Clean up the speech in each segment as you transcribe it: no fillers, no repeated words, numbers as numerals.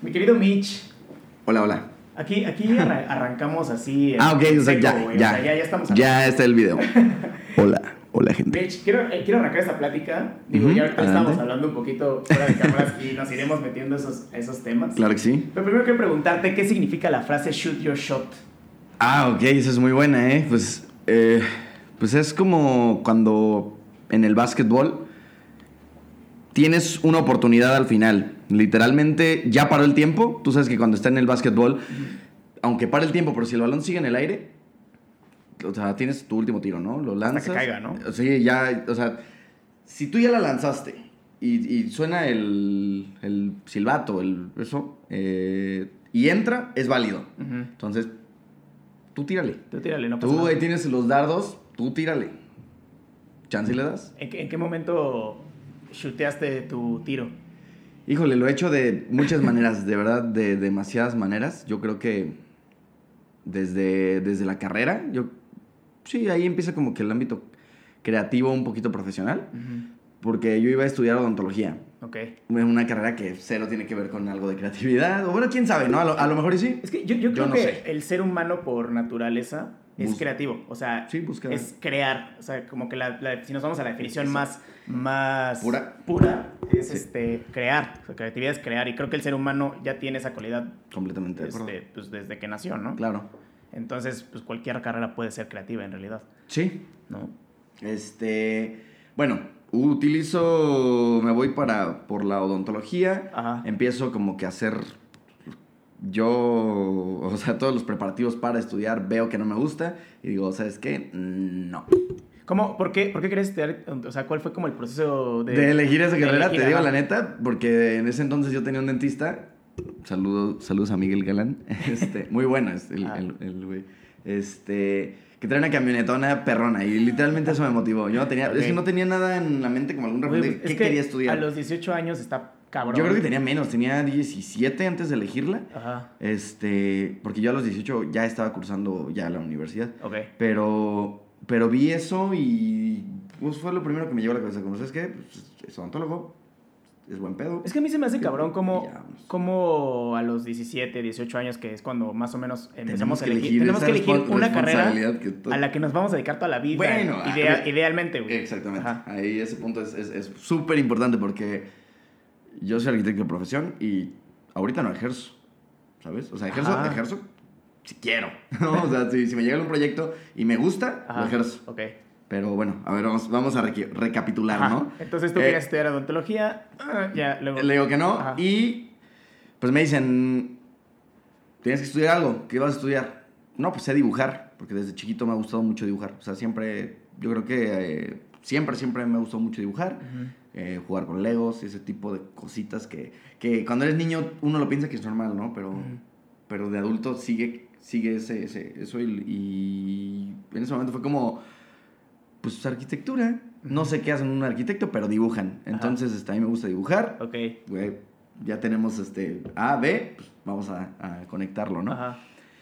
Mi querido Mitch, Hola, hola. aquí arrancamos así. Ok, o sea, seco, güey. ya Estamos ya está el video. Hola, gente. Mitch, quiero arrancar esta plática. Digo, ya ahorita adelante. estamos hablando un poquito fuera de cámaras y nos iremos metiendo esos temas. Claro que sí. Pero primero quiero preguntarte, ¿qué significa la frase shoot your shot? Ok, esa es muy buena, ¿eh? Pues es como cuando en el básquetbol tienes una oportunidad al final. Literalmente, ya paró el tiempo. Tú sabes que cuando está en el básquetbol, aunque pare el tiempo, pero si el balón sigue en el aire, o sea, tienes tu último tiro, ¿no? Lo lanzas. Hasta que caiga, ¿no? Sí, ya, o sea, si tú ya la lanzaste y suena el silbato, y entra, es válido. Entonces, tú tírale. Tú tírale, no pasa Tú nada. ahí tienes los dardos, tú tírale. ¿Chance le das? ¿En qué momento shooteaste tu tiro? Híjole, lo he hecho de muchas maneras, de verdad, de demasiadas maneras. Yo creo que desde la carrera, sí, ahí empieza como que el ámbito creativo un poquito profesional, porque yo iba a estudiar odontología. Ok. Una carrera que cero tiene que ver con algo de creatividad, o bueno, quién sabe, ¿no? A lo mejor y sí. Es que yo creo no que sé. el ser humano por naturaleza es creativo, o sea, Sí, busca. es crear, o sea, como que si nos vamos a la definición Exacto. más Pura. es Sí. crear, o sea, creatividad es crear, y creo que el ser humano ya tiene esa cualidad Completamente de acuerdo. pues desde que nació, ¿no? Claro. Entonces, pues cualquier carrera puede ser creativa en realidad, Sí. ¿no? Bueno, me voy por la odontología. Ajá. Empiezo como que a hacer o sea, todos los preparativos para estudiar, veo que no me gusta y digo, ¿sabes qué? No. ¿Por qué querías estudiar? O sea, ¿cuál fue como el proceso De elegir esa carrera, elegir, te digo ajá. la neta, porque en ese entonces yo tenía un dentista. Saludos a Miguel Galán. Muy bueno el güey. Que trae una camionetona perrona y literalmente eso me motivó. Yo no tenía, Ok. Es que no tenía nada en la mente como algún referente de Es qué que quería estudiar. A los 18 años está cabrón. Yo creo que tenía menos, tenía 17 antes de elegirla. Ajá. Porque yo a los 18 ya estaba cursando ya la universidad. Ok. Pero vi eso y pues fue lo primero que me llegó a la cabeza. Como, ¿sabes qué? Pues, es odontólogo, es buen pedo. Es que a mí se me hace cabrón Y ya, como a los 17, 18 años, que es cuando más o menos empezamos a elegir. Tenemos Tenemos que elegir una carrera responsabilidad a la que nos vamos a dedicar toda la vida. Bueno, idealmente, güey. Exactamente. Ajá. Ahí ese punto es súper importante porque yo soy arquitecto de profesión y ahorita no ejerzo, ¿sabes? O sea, ejerzo si quiero, ¿no? O sea, si me llega un proyecto y me gusta, Ajá. lo ejerzo. Ok. Pero bueno, a ver, vamos a recapitular, Ajá. ¿no? Entonces tú querías estudiar odontología, ya, luego... Le digo que no. Ajá. Y pues me dicen, tienes que estudiar algo. ¿Qué vas a estudiar? No, pues sé dibujar, porque desde chiquito me ha gustado mucho dibujar. O sea, yo creo que siempre me ha gustado mucho dibujar. Jugar con Legos, ese tipo de cositas que cuando eres niño uno lo piensa que es normal, ¿no? Pero de adulto sigue eso y en ese momento fue como, pues arquitectura. No sé qué hacen un arquitecto, pero dibujan. Entonces, a mí me gusta dibujar. Ok. Güey, ya tenemos A, B, pues vamos a conectarlo, ¿no? Ajá.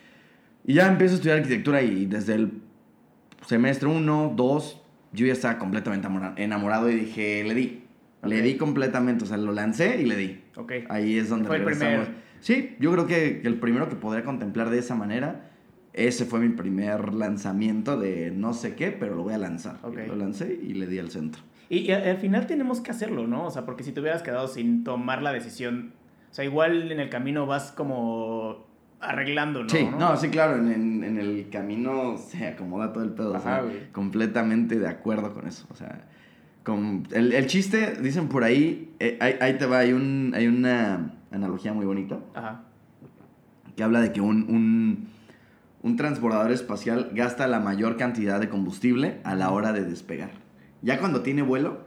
Y ya empiezo a estudiar arquitectura y desde el semestre 1, 2, yo ya estaba completamente enamorado y dije, le di. Ok. Le di completamente, o sea, lo lancé y le di. Ok. Ahí es donde Fue el regresamos. primer. Sí, yo creo que el primero que podría contemplar de esa manera, ese fue mi primer lanzamiento de no sé qué, pero lo voy a lanzar. Ok. Lo lancé y le di al centro. Y al final tenemos que hacerlo, ¿no? O sea, porque si te hubieras quedado sin tomar la decisión, o sea, igual en el camino vas como arreglando, ¿no? Sí, no, sí, claro, en el camino se acomoda todo el pedo. Ajá, o sea, güey. completamente de acuerdo con eso. O sea, el chiste, dicen por ahí, ahí te va, hay una analogía muy bonita Ajá. que habla de que un transbordador espacial gasta la mayor cantidad de combustible a la hora de despegar. Ya cuando tiene vuelo,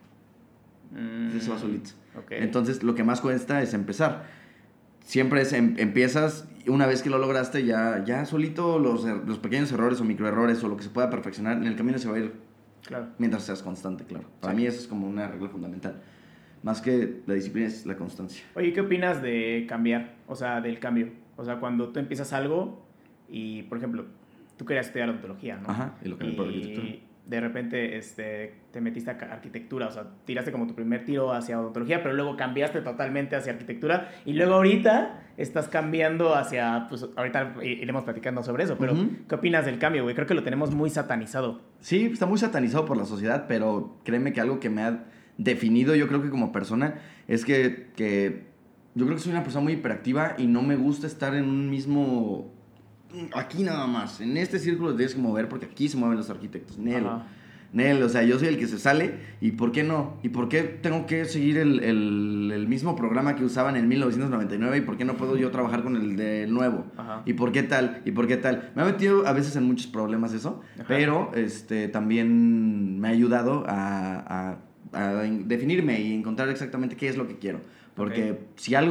se va solito. Ok. Entonces, lo que más cuesta es empezar. Siempre empiezas, una vez que lo lograste, ya solito los pequeños errores o microerrores o lo que se pueda perfeccionar, en el camino se va a ir Claro. mientras seas constante, claro. Para Sí. mí eso es como una regla fundamental. Más que la disciplina es la constancia. Oye, ¿qué opinas de cambiar? O sea, del cambio. O sea, cuando tú empiezas algo y, por ejemplo, tú querías estudiar odontología, ¿no? Ajá, y lo cambié por arquitectura. de repente te metiste a arquitectura, o sea, tiraste como tu primer tiro hacia odontología, pero luego cambiaste totalmente hacia arquitectura y luego ahorita estás cambiando hacia, pues ahorita iremos platicando sobre eso, pero ¿qué opinas del cambio, güey? Creo que lo tenemos muy satanizado. Sí, está muy satanizado por la sociedad, pero créeme que algo que me ha definido, yo creo que como persona, es que yo creo que soy una persona muy hiperactiva y no me gusta estar en un mismo... Aquí nada más, en este círculo te tienes que mover porque aquí se mueven los arquitectos. Nel, o sea, yo soy el que se sale y ¿por qué no? ¿Y por qué tengo que seguir el mismo programa que usaban en 1999 y por qué no puedo yo trabajar con el de nuevo? Ajá. ¿Y por qué tal? ¿Y por qué tal? Me ha metido a veces en muchos problemas eso, Ajá. pero también me ha ayudado a definirme y encontrar exactamente qué es lo que quiero. Porque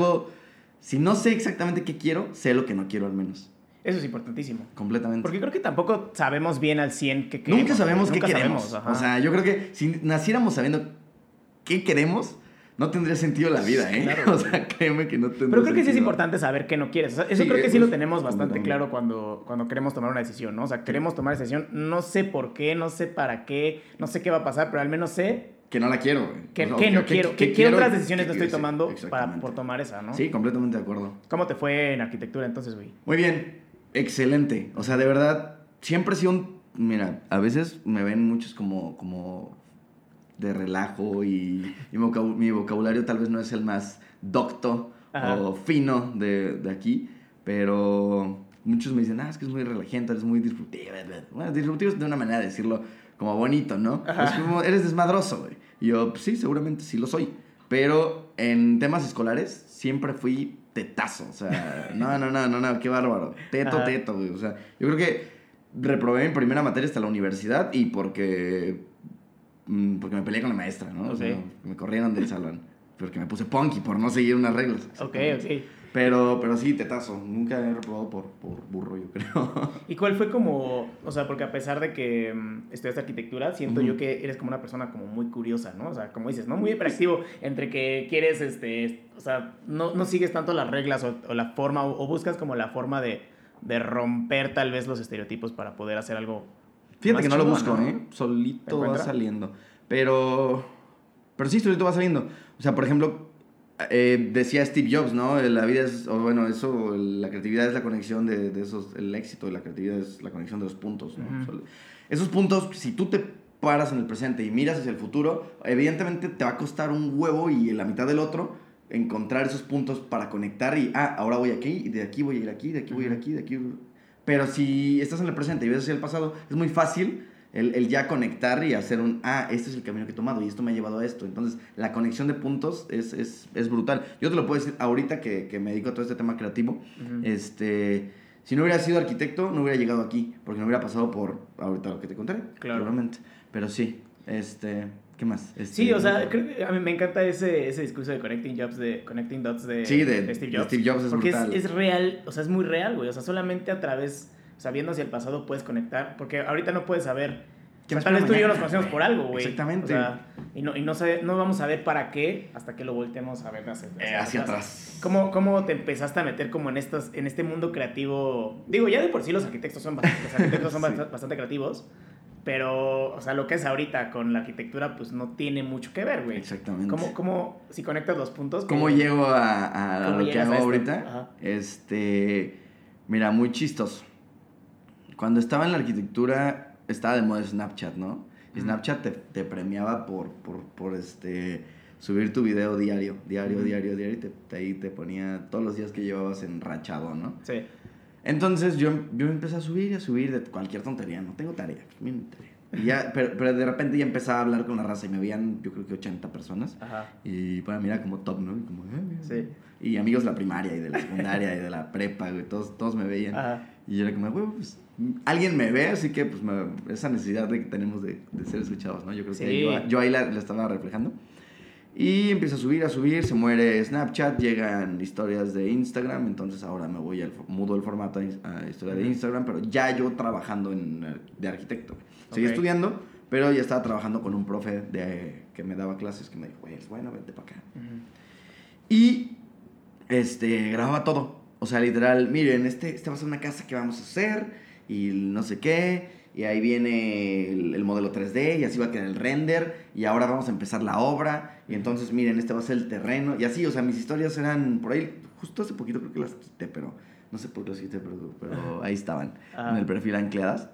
si no sé exactamente qué quiero, sé lo que no quiero al menos. Eso es importantísimo. Completamente. Porque creo que tampoco sabemos bien al 100 qué queremos. Nunca sabemos qué queremos. O sea, yo creo que si naciéramos sabiendo qué queremos, no tendría sentido la vida, ¿eh? Claro, o sea, créeme que no tendría sentido. Pero creo que sí es importante saber qué no quieres. O sea, eso Sí, creo que sí lo tenemos pues, bastante claro cuando queremos tomar una decisión, ¿no? O sea, queremos tomar esa decisión, no sé por qué, no sé para qué, no sé qué va a pasar, pero al menos sé... Que no la quiero, güey. Que no quiero. ¿Qué otras decisiones no estoy tomando por tomar esa, no? Sí, completamente de acuerdo. ¿Cómo te fue en arquitectura entonces, güey? Muy bien. Excelente. O sea, de verdad, siempre he sido Mira, a veces me ven muchos como de relajo y mi vocabulario tal vez no es el más docto o fino de aquí, pero muchos me dicen, es que es muy relajante, eres muy disruptivo. Bueno, disruptivo es de una manera de decirlo como bonito, ¿no? Es como, eres desmadroso, güey. Y yo, pues sí, seguramente sí lo soy. Pero en temas escolares siempre fui tetazo. O sea, no, qué bárbaro. Teto, güey. O sea, yo creo que reprobé mi primera materia hasta la universidad y porque me peleé con la maestra, ¿no? O sea, me corrieron del salón. Porque me puse punky por no seguir unas reglas. Ok. Pero sí, tetazo. Nunca he reprobado por burro, yo creo. ¿Y cuál fue como, o sea, porque a pesar de que estudiaste arquitectura, siento yo que eres como una persona como muy curiosa, ¿no? O sea, como dices, ¿no? Muy hiperactivo entre que quieres, o sea, no sigues tanto las reglas o la forma, o buscas como la forma de romper tal vez los estereotipos para poder hacer algo. Fíjate que no lo busco, ¿no? ¿eh? Solito va saliendo. Pero sí, solito va saliendo. O sea, por ejemplo... decía Steve Jobs, ¿no? La vida es, o bueno, eso, la creatividad es la conexión de esos, el éxito de la creatividad es la conexión de los puntos, ¿no? Esos puntos, si tú te paras en el presente y miras hacia el futuro, evidentemente te va a costar un huevo y la mitad del otro encontrar esos puntos para conectar y, ahora voy aquí, y de aquí voy a ir aquí, de aquí voy a ir aquí, de aquí... Pero si estás en el presente y ves hacia el pasado, es muy fácil... El ya conectar y hacer este es el camino que he tomado y esto me ha llevado a esto. Entonces, la conexión de puntos es brutal. Yo te lo puedo decir ahorita que me dedico a todo este tema creativo. Si no hubiera sido arquitecto, no hubiera llegado aquí, porque no hubiera pasado por ahorita lo que te conté. Claro. Claramente. Pero sí, ¿qué más? Sí, o sea, creo que a mí me encanta ese discurso de Connecting Dots de Steve Jobs. Steve Jobs es porque brutal. Es real, o sea, es muy real, güey. O sea, solamente a través... O sea, viendo hacia el pasado puedes conectar, porque ahorita no puedes saber... O sea, tal vez tú y yo nos conocemos por algo, güey. Exactamente. O sea, y no vamos a ver para qué hasta que lo volteemos a ver hacia atrás. ¿Cómo te empezaste a meter como en este mundo creativo? Digo, ya de por sí los arquitectos son bastante creativos, pero, o sea, lo que es ahorita con la arquitectura, pues no tiene mucho que ver, güey. Exactamente. ¿Cómo si conectas los puntos? ¿Cómo llego a lo que hago ahorita? Mira, muy chistoso. Cuando estaba en la arquitectura, estaba de moda Snapchat, ¿no? Y Snapchat te premiaba por subir tu video diario, y ahí te ponía todos los días que llevabas enrachado, ¿no? Sí. Entonces yo empecé a subir de cualquier tontería, no tengo tarea, mi tarea. Y ya, pero de repente ya empezaba a hablar con la raza y me veían, yo creo que 80 personas. Y para mí era como top, ¿no? Y como, sí. Y amigos de la primaria y de la secundaria y de la prepa, güey, todos me veían. Y yo era como, güey, pues alguien me ve, así que pues esa necesidad que tenemos de ser escuchados, ¿no? Yo creo que yo ahí la estaba reflejando. Y empiezo a subir, se muere Snapchat, llegan historias de Instagram, entonces ahora mudo el formato a historia de Instagram, pero ya yo trabajando de arquitecto. Seguí estudiando, pero ya estaba trabajando con un profe que me daba clases, que me dijo, bueno, vente para acá. Y grababa todo. O sea, literal, miren, esta va a ser una casa que vamos a hacer y no sé qué. y ahí viene el modelo 3D, y así va a quedar el render, y ahora vamos a empezar la obra, y entonces miren, este va a ser el terreno, y así, o sea, mis historias eran por ahí, justo hace poquito creo que las quité, pero no sé por qué las quité, pero ahí estaban, en el perfil ancladas.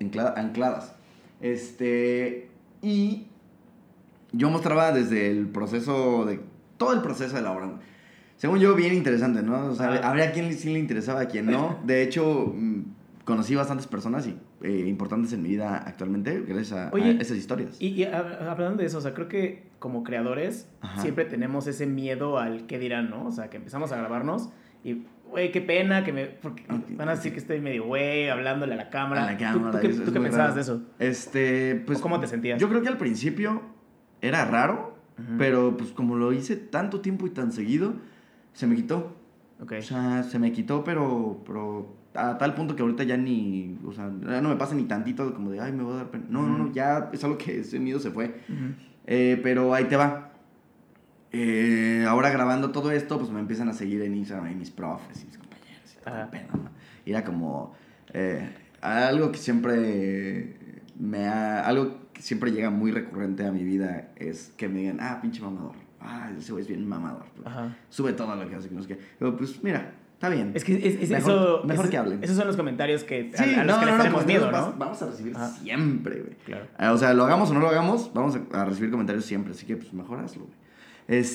Y yo mostraba desde el proceso todo el proceso de la obra. Según yo, bien interesante, ¿no? O sea, habría quien sí le interesaba, a quien no. De hecho, conocí bastantes personas importantes en mi vida actualmente gracias a esas historias. Y hablando de eso, o sea, creo que como creadores siempre tenemos ese miedo al qué dirán, ¿no? O sea, que empezamos a grabarnos y, güey, qué pena porque van a decir que estoy medio güey, hablándole a la cámara. A la cámara. ¿Tú qué pensabas de eso? Pues, ¿Cómo te sentías? Yo creo que al principio era raro, pero pues como lo hice tanto tiempo y tan seguido, se me quitó. Okay. O sea, se me quitó, pero a tal punto que ahorita ya ni, o sea, ya no me pasa ni tantito como de, ay, me voy a dar pena. No, ya es algo que ese miedo se fue. Pero ahí te va. Ahora grabando todo esto, pues me empiezan a seguir en Instagram y mis profes y mis compañeros y todo el pedo, ¿no? Y era como algo que siempre algo que siempre llega muy recurrente a mi vida es que me digan, pinche mamador. Ese güey es bien mamador. Sube todo lo que hace. Pero pues mira, está bien. Es que mejor que hablen. Esos son los comentarios que sí, a los que les tenemos miedo, ¿no? Vamos a recibir siempre, güey. Claro. O sea, lo hagamos o no lo hagamos, vamos a recibir comentarios siempre. Así que pues mejor hazlo, güey.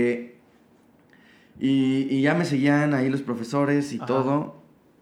Y ya me seguían ahí los profesores y todo.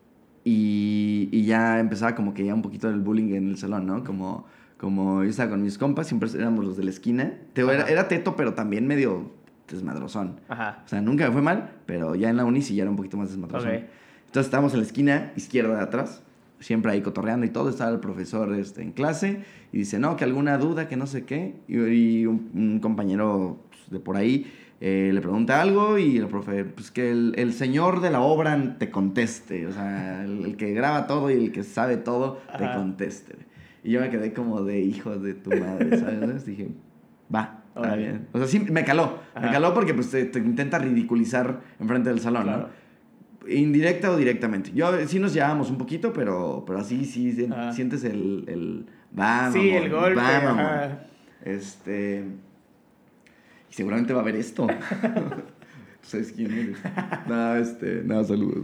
Y ya empezaba como que ya un poquito el bullying en el salón, ¿no? Como yo estaba con mis compas, siempre éramos los de la esquina. Era teto, pero también medio desmadrozón. O sea, nunca me fue mal, pero ya en la uni sí ya era un poquito más desmadrozón. Entonces estábamos en la esquina izquierda de atrás, siempre ahí cotorreando y todo. Estaba el profesor en clase y dice, no, que alguna duda, que no sé qué. Y un compañero pues, de por ahí le pregunta algo y el profe, pues que el señor de la obra te conteste. O sea, el que graba todo y el que sabe todo te conteste. Y yo me quedé como de hijo de tu madre, ¿sabes? Dije, va, está bien. O sea, sí, me caló. Me caló porque pues te intenta ridiculizar enfrente del salón, claro, ¿no? Indirecta o directamente. Sí nos llevábamos un poquito, pero así sí sientes el va, sí, mamón, el golpe. Va, mamón. Y seguramente va a haber esto. ¿Tú sabes quién eres? No, saludos.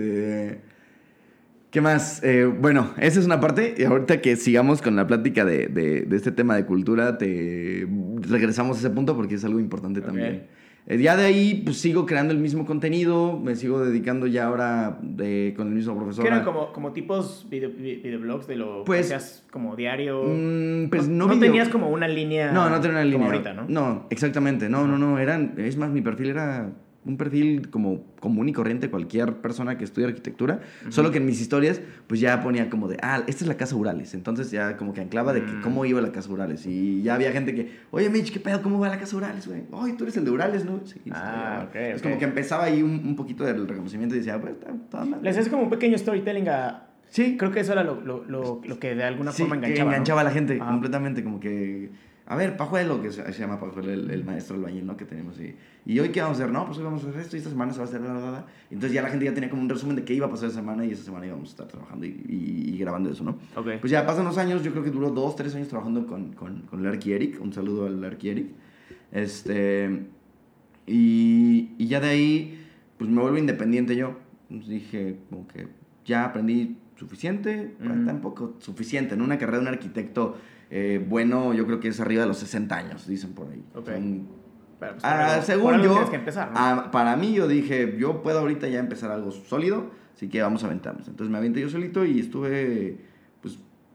¿Qué más? Bueno, esa es una parte. Y ahorita que sigamos con la plática de este tema de cultura, regresamos a ese punto porque es algo importante también. Ya de ahí, pues sigo creando el mismo contenido, me sigo dedicando ya ahora con el mismo profesor. ¿Qué eran como tipos videoblogs de lo pues, que hacías como diario? Pues no tenías como una línea. No tenía una línea. Como ahorita, ¿no? No, exactamente. No. Es más, mi perfil era un perfil como común y corriente, cualquier persona que estudia arquitectura, solo que en mis historias pues ya ponía como de, esta es la casa Urales, entonces ya como que anclaba de que cómo iba la casa Urales, y ya había gente que, oye Mitch, ¿qué pedo? ¿Cómo va la casa Urales, güey? Oye, tú eres el de Urales, ¿no? Sí, es como que empezaba ahí un poquito del reconocimiento y decía, pues, está mal. Les haces como un pequeño storytelling Sí. Creo que eso era lo que de alguna forma enganchaba, que enganchaba, ¿no?, a la gente, Ajá. completamente, como que... A ver, Pajuelo, que se llama Pajuelo, el maestro albañil, ¿no?, que tenemos. ¿Y hoy qué vamos a hacer? No, pues hoy vamos a hacer esto y esta semana se va a hacer la. Entonces ya la gente ya tenía como un resumen de qué iba a pasar esa semana y esa semana íbamos a estar trabajando y grabando eso, ¿no? Okay. Pues ya pasan los años, yo creo que duró 2-3 años trabajando con Larky Eric. Un saludo al Larky Eric. Y ya de ahí, pues me vuelvo independiente yo. Entonces dije, como que ya aprendí suficiente, tampoco suficiente. En una carrera de un arquitecto... bueno, yo creo que es arriba de los 60 años, dicen por ahí. Okay. Pues, según yo, que empezar, ¿no? Para mí yo dije, yo puedo ahorita ya empezar algo sólido, así que vamos a aventarnos. Entonces me aventé yo solito y estuve, pues,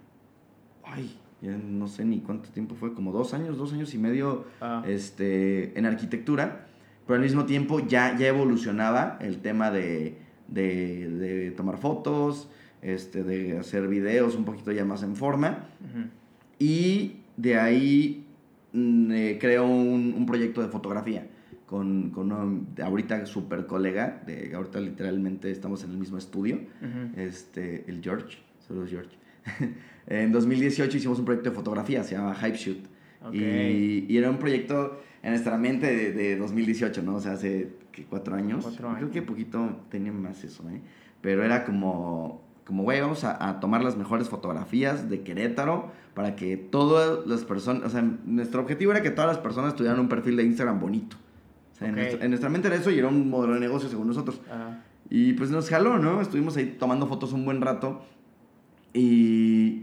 ya no sé ni cuánto tiempo fue, como 2 años y medio en arquitectura, pero al mismo tiempo ya evolucionaba el tema de tomar fotos, de hacer videos un poquito ya más en forma. Y de ahí creo un proyecto de fotografía con un ahorita super colega, ahorita literalmente estamos en el mismo estudio, el George, saludos George. En 2018 hicimos un proyecto de fotografía, se llama Hype Shoot. Okay. Y era un proyecto en nuestra mente de 2018, ¿no? O sea, hace 4 años. 4 años. Creo que poquito tenía más eso, ¿eh? Pero era como como, güey, vamos a tomar las mejores fotografías de Querétaro para que todas las personas, o sea, nuestro objetivo era que todas las personas tuvieran un perfil de Instagram bonito. O sea, en nuestra mente era eso y era un modelo de negocio según nosotros. Ajá. Y pues nos jaló, ¿no? Estuvimos ahí tomando fotos un buen rato y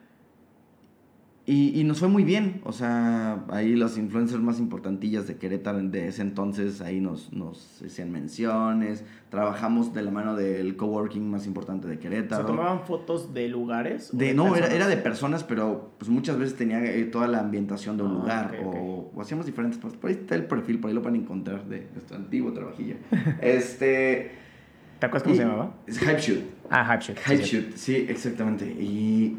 nos fue muy bien. O sea, ahí los influencers más importantillas de Querétaro de ese entonces ahí nos hacían menciones. Trabajamos de la mano del coworking más importante de Querétaro. ¿Se tomaban fotos de lugares? No, era de personas, pero pues muchas veces tenía toda la ambientación de un lugar. Okay. O hacíamos diferentes cosas. Por ahí está el perfil, por ahí lo van a encontrar de nuestro antiguo trabajillo. ¿Te acuerdas cómo se llamaba? Es Hypeshoot. Hypeshoot. Hypeshoot, sí, exactamente. Y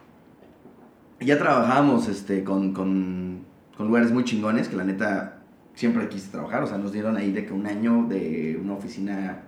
ya trabajábamos con lugares muy chingones, que la neta siempre quise trabajar. O sea, nos dieron ahí de que un año de una oficina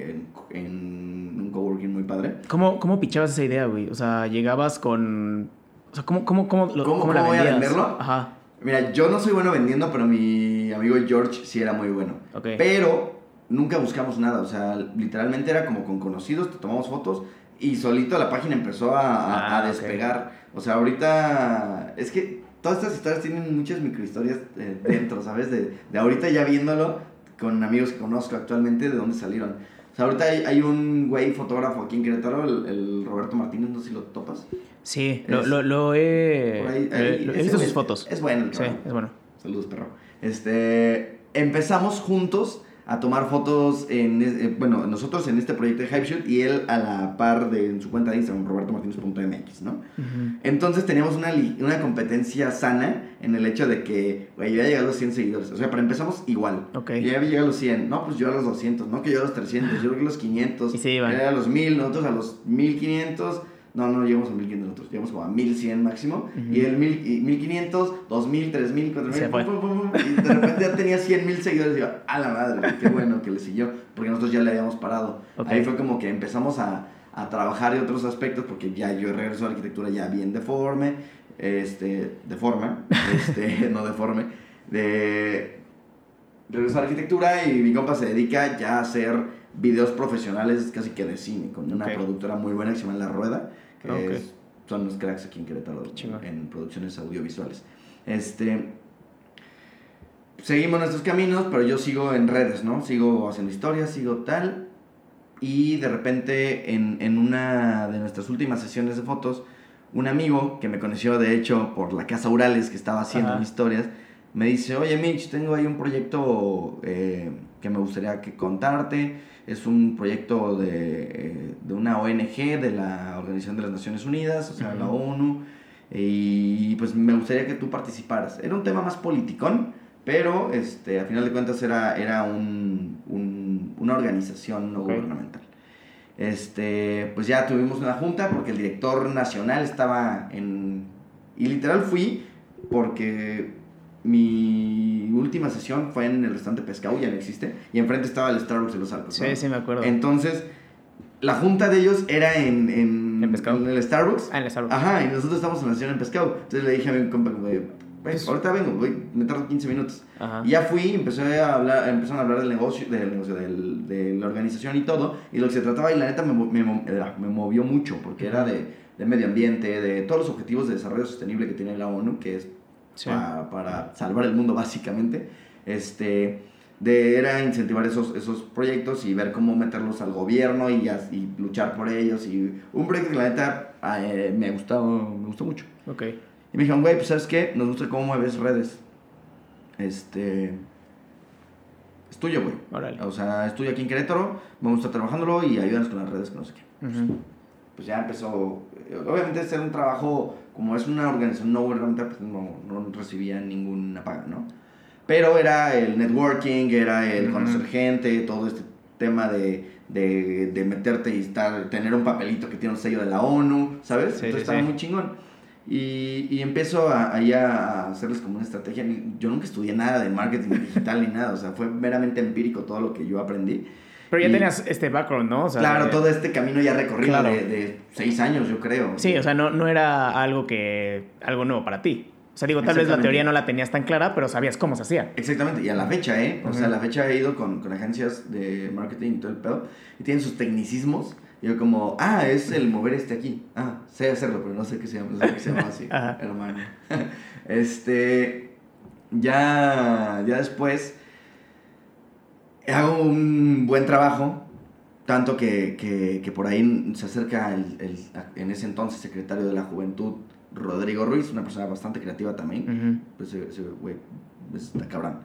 en un coworking muy padre. ¿Cómo pichabas esa idea, güey? O sea, llegabas con... O sea, ¿cómo la voy a vendías? venderlo? Ajá. Mira, yo no soy bueno vendiendo, pero mi amigo George sí era muy bueno. Okay. Pero nunca buscamos nada. O sea, literalmente era como con conocidos, te tomamos fotos y solito la página empezó a despegar. Okay. O sea, ahorita... Es que todas estas historias tienen muchas microhistorias dentro, ¿sabes? De ahorita ya viéndolo con amigos que conozco actualmente, de dónde salieron. O sea, ahorita hay un güey fotógrafo aquí en Querétaro, el Roberto Martínez, no sé si lo topas. Sí, lo he visto sus fotos. Es bueno el cabrón. Sí, es bueno. Saludos, perro. Empezamos juntos a tomar fotos nosotros en este proyecto de Hypeshoot y él a la par en su cuenta de Instagram, robertomartinez.mx, ¿no? Uh-huh. Entonces teníamos una competencia sana en el hecho de que, güey, yo ya llegué a los 100 seguidores. O sea, pero empezamos igual. Okay. Yo ya había llegado a los 100. No, pues yo a los 200. No, que yo a los 300. Yo creo que a los 500. Y sí, iban. Era a los 1000, nosotros a los 1500. No llegamos a 1500 nosotros, llegamos como a 1100 máximo. Uh-huh. Y el 1500, 2000, 3000, 4000. Y de repente ya tenía 100,000 seguidores. Y yo, a la madre, qué bueno que le siguió. Porque nosotros ya le habíamos parado. Okay. Ahí fue como que empezamos a trabajar en otros aspectos. Porque ya yo regreso a la arquitectura ya bien deforme. No deforme. Regreso a la arquitectura y mi compa se dedica ya a hacer videos profesionales casi que de cine. Con una productora muy buena que se llama La Rueda. Son los cracks aquí en Querétaro en producciones audiovisuales. Seguimos nuestros caminos, pero yo sigo en redes, ¿no? Sigo haciendo historias, sigo tal. Y de repente, en una de nuestras últimas sesiones de fotos, un amigo que me conoció, de hecho, por la Casa Urales, que estaba haciendo historias, me dice, oye, Mitch, tengo ahí un proyecto que me gustaría contarte. Es un proyecto de una ONG, de la Organización de las Naciones Unidas, o sea, la ONU, y pues me gustaría que tú participaras. Era un tema más politicón, pero a final de cuentas era una organización no gubernamental. Pues ya tuvimos una junta porque el director nacional estaba y literal fui porque mi última sesión fue en el restaurante Pescado, ya no existe, y enfrente estaba el Starbucks de Los Arcos, ¿no? Sí, me acuerdo. Entonces, la junta de ellos era ¿En Pescado? En el Starbucks. En el Starbucks. Ajá, y nosotros estábamos en la sesión en Pescado. Entonces le dije a mi compa, ahorita vengo, me tardo 15 minutos. Ajá. Y ya fui, empezaron a hablar del negocio, de la organización y todo, y lo que se trataba, y la neta me movió mucho, porque era de medio ambiente, de todos los objetivos de desarrollo sostenible que tiene la ONU, que es para salvar el mundo básicamente. Era incentivar esos proyectos y ver cómo meterlos al gobierno y luchar por ellos, y un proyecto que la neta me gustó mucho. Okay. Y me dijeron, güey, pues ¿sabes qué? Nos gusta cómo mueves redes. Es tuyo, güey. Órale. O sea, es tuyo aquí en Querétaro, vamos a estar trabajándolo y ayúdanos con las redes, que no sé qué. Uh-huh. Pues ya empezó. Obviamente ser un trabajo, como es una organización no gubernamental, pues no recibía ninguna paga, ¿no? Pero era el networking, era el conocer gente, todo este tema de meterte y tener un papelito que tiene un sello de la ONU, ¿sabes? Sí, entonces estaba muy chingón. Y empiezo a hacerles como una estrategia. Yo nunca estudié nada de marketing digital ni nada, o sea, fue meramente empírico todo lo que yo aprendí. Pero ya tenías este background, ¿no? O sea, claro, todo este camino ya recorrido de 6 años, yo creo. Sí, o sea, no era algo nuevo para ti. O sea, digo, tal vez la teoría no la tenías tan clara, pero sabías cómo se hacía. Exactamente, y a la fecha, O sea, a la fecha he ido con agencias de marketing y todo el pedo, y tienen sus tecnicismos, Y yo como, es el mover aquí. Sé hacerlo, pero no sé qué se llama, no sé qué se llama así, hermano. Ya después hago un buen trabajo, tanto que por ahí se acerca en ese entonces secretario de la Juventud, Rodrigo Ruiz, una persona bastante creativa también. Pues ese güey está cabrón.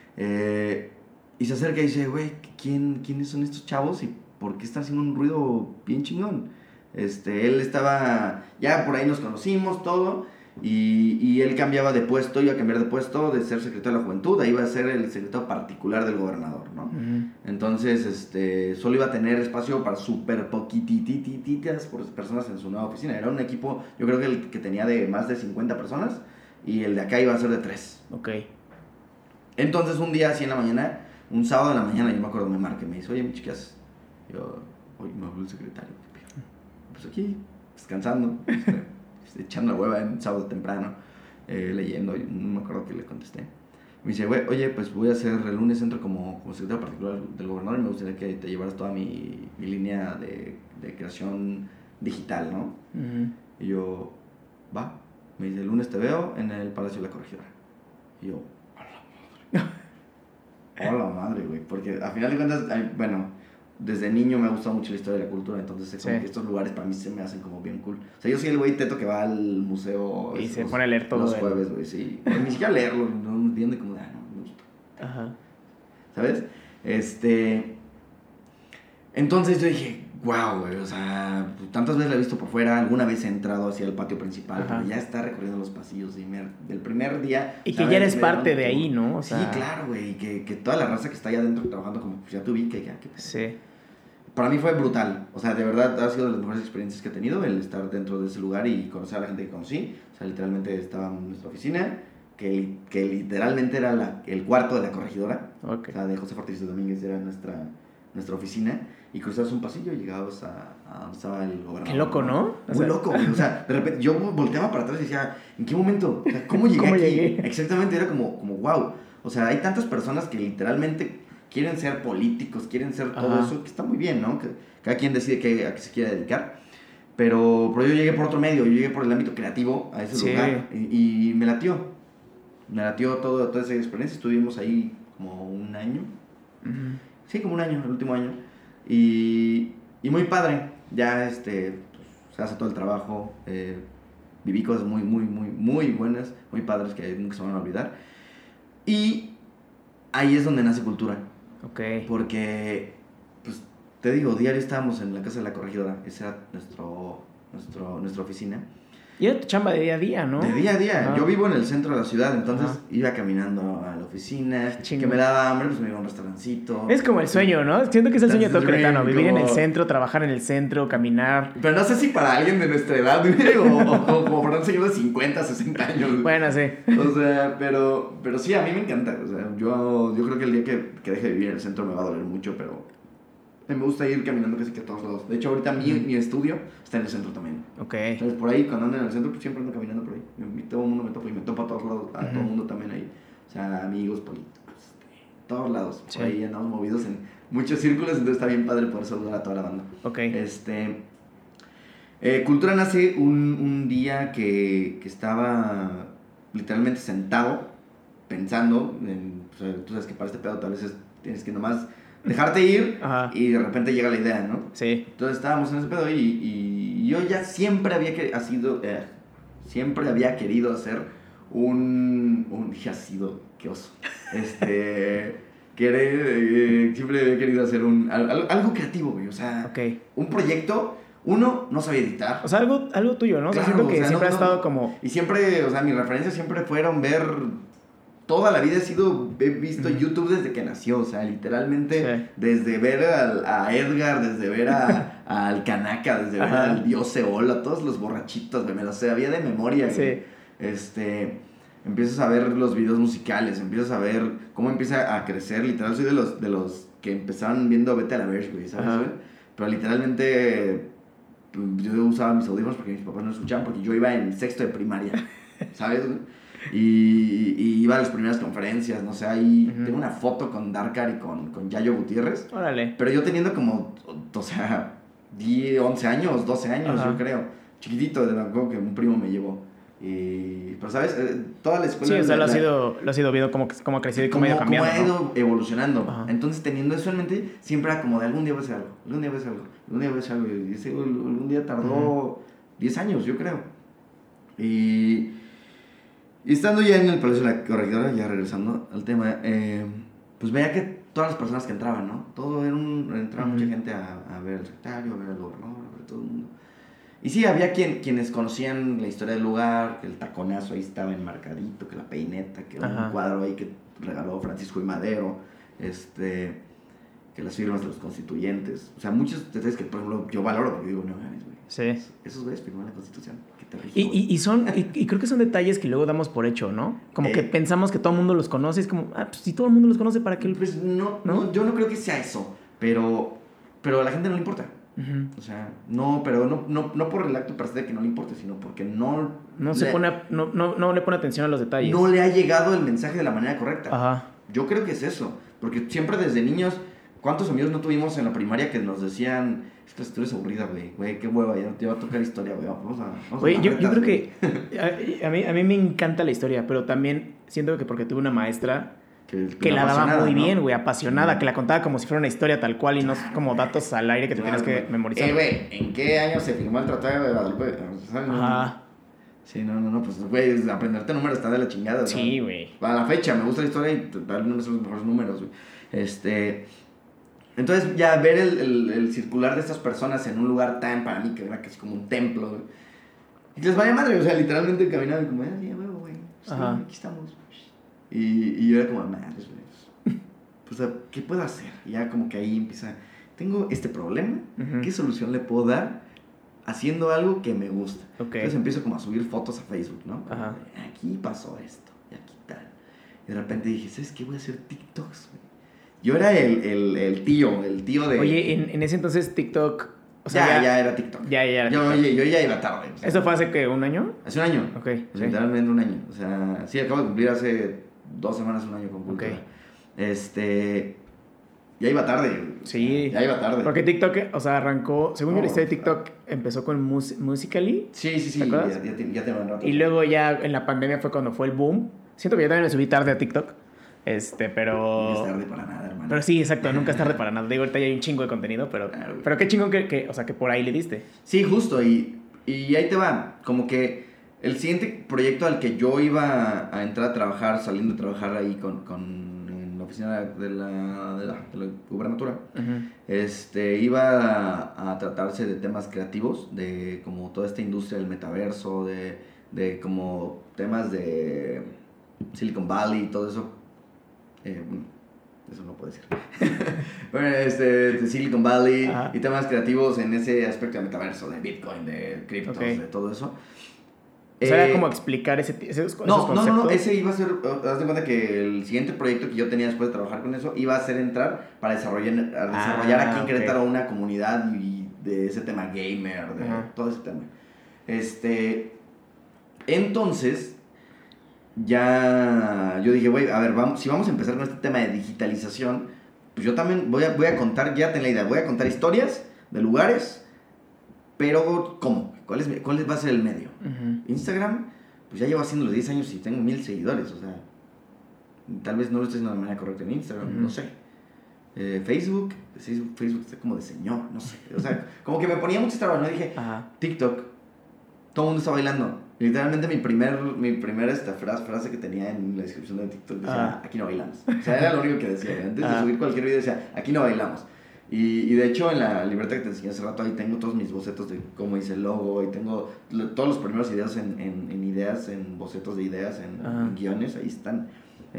Y se acerca y dice, güey, ¿quiénes son estos chavos y por qué están haciendo un ruido bien chingón? Él estaba, ya por ahí nos conocimos, todo, y él cambiaba de puesto, iba a cambiar de puesto de ser secretario de la Juventud, ahí iba a ser el secretario particular del gobernador, ¿no? Entonces, solo iba a tener espacio para súper poquitititas personas en su nueva oficina. Era un equipo, yo creo que el que tenía de más de 50 personas, y el de acá iba a ser de 3. Ok. Entonces, un día así en la mañana, un sábado en la mañana, yo me acuerdo, me marca y me dice, oye, Michi, ¿qué haces? Yo, oye, me habló el secretario. Pues aquí, descansando, echando la hueva en sábado temprano, leyendo, y no me acuerdo que le contesté. Me dice, güey, oye, pues voy a hacer el lunes, entro como secretario particular del gobernador y me gustaría que te llevaras toda mi línea de creación digital, ¿no? Y yo, va. Me dice, el lunes te veo en el Palacio de la Corregidora. Y yo, hola madre, güey, porque a final de cuentas, bueno, desde niño me ha gustado mucho la historia de la cultura, entonces como que estos lugares para mí se me hacen como bien cool. O sea, yo soy el güey teto que va al museo y se pone a leer todo los jueves, güey, sí. Ni siquiera leerlo, no entiendo como, no me gusta. Ajá. ¿Sabes? Entonces yo dije, wow, güey, o sea, tantas veces la he visto por fuera, alguna vez he entrado hacia el patio principal, pero ya está recorriendo los pasillos y del primer día... Y que ya eres parte de ahí, ¿no? O sea... Sí, claro, güey, que toda la raza que está allá adentro trabajando, como pues ya te ubica, Sí. Para mí fue brutal, o sea, de verdad ha sido de las mejores experiencias que he tenido, el estar dentro de ese lugar y conocer a la gente que conocí. O sea, literalmente estaba en nuestra oficina, que literalmente era el cuarto de la corregidora. Okay. O sea, de José Ortiz de Domínguez era nuestra oficina. Y cruzabas un pasillo y llegabas a donde estaba el gobernador. Qué loco, ¿no? Muy loco, güey. O sea, de repente yo volteaba para atrás y decía, ¿en qué momento? O sea, ¿cómo llegué aquí? Llegué? Exactamente, era como wow. O sea, hay tantas personas que literalmente quieren ser políticos, quieren ser todo eso, que está muy bien, ¿no? Que cada quien decide a qué se quiere dedicar. Pero yo llegué por otro medio, yo llegué por el ámbito creativo a ese lugar. Y me latió. Me latió toda esa experiencia. Estuvimos ahí como un año. Sí, como un año, el último año. Y muy padre. Ya se hace todo el trabajo. Viví cosas muy, muy, muy, muy buenas, muy padres que nunca se van a olvidar. Y ahí es donde nace Cultura. Ok. Porque, pues, te digo, diario estábamos en la casa de la corregidora. Esa era nuestra oficina. Y era tu chamba de día a día, ¿no? De día a día. Yo vivo en el centro de la ciudad, entonces iba caminando a la oficina. Que me daba hambre, pues me iba a un restaurancito. Es como el sueño, ¿no? Siento que es el sueño todo cretano. Vivir en el centro, trabajar en el centro, caminar. Pero no sé si para alguien de nuestra edad, o como para un señor de 50, 60 años. Bueno, sí. O sea, pero sí, a mí me encanta. O sea, yo creo que el día que deje de vivir en el centro me va a doler mucho, pero me gusta ir caminando casi que a todos lados. De hecho, ahorita mi estudio está en el centro también. Ok. Entonces, por ahí, cuando ando en el centro, pues siempre ando caminando por ahí. Todo el mundo me topa y me topa a todos lados, a todo el mundo también ahí. O sea, amigos, políticos, todos lados. Por ahí andamos movidos en muchos círculos, entonces está bien padre poder saludar a toda la banda. Ok. Cultura nace un día que estaba literalmente sentado, pensando, o sea, tú sabes que para este pedo tal vez tienes que nomás dejarte ir y de repente llega la idea, ¿no? Sí. Entonces estábamos en ese pedo y yo ya siempre había querido hacer qué oso. Siempre había querido hacer algo creativo, güey, o sea, un proyecto. Uno, no sabía editar. O sea, algo tuyo, ¿no? Claro, siento que siempre ha estado como... Y siempre, o sea, mis referencias siempre fueron ver... Toda la vida he visto YouTube desde que nació, o sea, literalmente desde ver a Edgar, desde ver al Kanaka, desde ver al Dios Seol, a todos los borrachitos, me lo sabía de memoria. Sí. Empiezas a ver los videos musicales, empiezas a ver cómo empieza a crecer, literal, soy de los que empezaron viendo Vete a la Verge, güey, ¿sabes, güey? Pero literalmente yo usaba mis audífonos porque mis papás no escuchaban, porque yo iba en sexto de primaria, ¿sabes, güey? Y iba a las primeras conferencias, no sé, ahí tengo una foto con Darkar y con Yayo Gutiérrez. Órale. Pero yo teniendo como, o sea, 10, 11 años, 12 años, Ajá. yo creo. Chiquitito, me acuerdo que un primo me llevó. Pero, ¿sabes? Toda la escuela... Sí, o sea, lo has ido viendo cómo ha crecido y cómo ha ido Cómo cambiando, ha ¿no? ido evolucionando. Ajá. Entonces, teniendo eso en mente, siempre era como de algún día voy a hacer algo, algún día voy a hacer algo, algún día voy a hacer algo. Y ese algún día tardó 10 años, yo creo. Y estando ya en el Palacio de la Corregidora, ya regresando al tema, pues veía que todas las personas que entraban, ¿no? Todo era entraba mucha gente a ver el secretario, a ver al gobernador, a ver todo el mundo. Y sí, había quienes conocían la historia del lugar, que el taconazo ahí estaba enmarcadito, que la peineta, que un cuadro ahí que regaló Francisco y Madero, que las firmas de los constituyentes. O sea, muchos detalles que, por ejemplo, yo valoro, porque digo, no mames, güey. Sí. Esos güeyes firmaron la Constitución. Qué terrible. Y creo que son detalles que luego damos por hecho, ¿no? Como que pensamos que todo el mundo los conoce. Es como, pues si todo el mundo los conoce, ¿para qué? Pues no, yo no creo que sea eso, pero a la gente no le importa. Uh-huh. O sea, pero no por el acto per se de que no le importe, sino porque no le pone atención a los detalles. No le ha llegado el mensaje de la manera correcta. Ajá. Yo creo que es eso, porque siempre desde niños, ¿cuántos amigos no tuvimos en la primaria que nos decían, es que la historia es aburrida, güey, qué hueva, ya te va a tocar historia, güey, vamos a yo creo que a mí me encanta la historia, pero también siento que porque tuve una maestra que la daba muy bien, güey, apasionada, que la contaba como si fuera una historia tal cual y no como datos al aire que te tienes que memorizar. Güey, ¿en qué año se firmó el Tratado de Guadalupe? Ajá. Sí, no, pues, güey, aprenderte números está de la chingada, ¿no? Sí, güey. A la fecha, me gusta la historia y algunos de los mejores números, güey. Entonces, ya ver el circular de estas personas en un lugar tan, para mí, que era casi como un templo, güey. Y les vaya madre, o sea, literalmente caminaban como, ya, huevo, güey. Sí, aquí estamos. Y yo era como, madre, güey. Pues, ¿qué puedo hacer? Y ya como que ahí empieza, tengo este problema, ¿qué solución le puedo dar haciendo algo que me gusta? Okay. Entonces empiezo como a subir fotos a Facebook, ¿no? Ajá. Aquí pasó esto, y aquí tal. Y de repente dije, ¿sabes qué? Voy a hacer TikToks, güey. Yo era el tío de... Oye, en ese entonces TikTok... O sea, ya era TikTok. Ya era TikTok. Yo ya iba tarde. O sea, ¿eso fue hace qué, un año? Hace un año. Ok. Pues, literalmente un año. O sea, sí, acabo de cumplir hace 2 semanas un año con Cultura. Okay. Ya iba tarde. Sí. Ya iba tarde. Porque TikTok, o sea, arrancó... Según yo la historia de TikTok, empezó con Musical.ly. Sí. ¿Te acuerdas? Ya te van rato. Y luego ya en la pandemia fue cuando fue el boom. Siento que yo también me subí tarde a TikTok. Pero... No es tarde para nada, hermano. Pero sí, exacto, nunca es tarde para nada. Digo, ahorita ya hay un chingo de contenido, pero qué chingón que por ahí le diste. Sí, justo, y ahí te va. Como que el siguiente proyecto al que yo iba a entrar a trabajar, saliendo de trabajar ahí en la oficina de la gubernatura, iba a tratarse de temas creativos, de como toda esta industria del metaverso, de como temas de Silicon Valley y todo eso. Eso no puedo decir. Bueno, de Silicon Valley. Ajá. Y temas creativos en ese aspecto de metaverso, de Bitcoin, de criptos, de todo eso. O sea, era como explicar esos conceptos. No, ese iba a ser, haz de cuenta que el siguiente proyecto que yo tenía después de trabajar con eso iba a ser entrar para desarrollar aquí en Querétaro una comunidad y de ese tema gamer, de todo ese tema. Entonces, ya yo dije, güey, a ver, si vamos a empezar con este tema de digitalización, pues yo también voy a contar, ya tengo la idea, voy a contar historias de lugares, pero ¿cómo? ¿Cuál va a ser el medio? Instagram, pues ya llevo haciéndolo 10 años y tengo 1000 seguidores, o sea, tal vez no lo estoy haciendo de la manera correcta en Instagram, no sé. Facebook está como de señor, no sé, o sea, como que me ponía mucho trabajo, ¿no? Dije, TikTok, todo el mundo está bailando. Literalmente mi primera frase que tenía en la descripción de TikTok decía, aquí no bailamos. O sea, era lo único que decía. Antes de subir cualquier video decía, aquí no bailamos. Y de hecho en la libreta que te enseñé hace rato, ahí tengo todos mis bocetos de cómo hice el logo, y tengo todos los primeros ideas en ideas, en bocetos de ideas, en guiones, ahí están.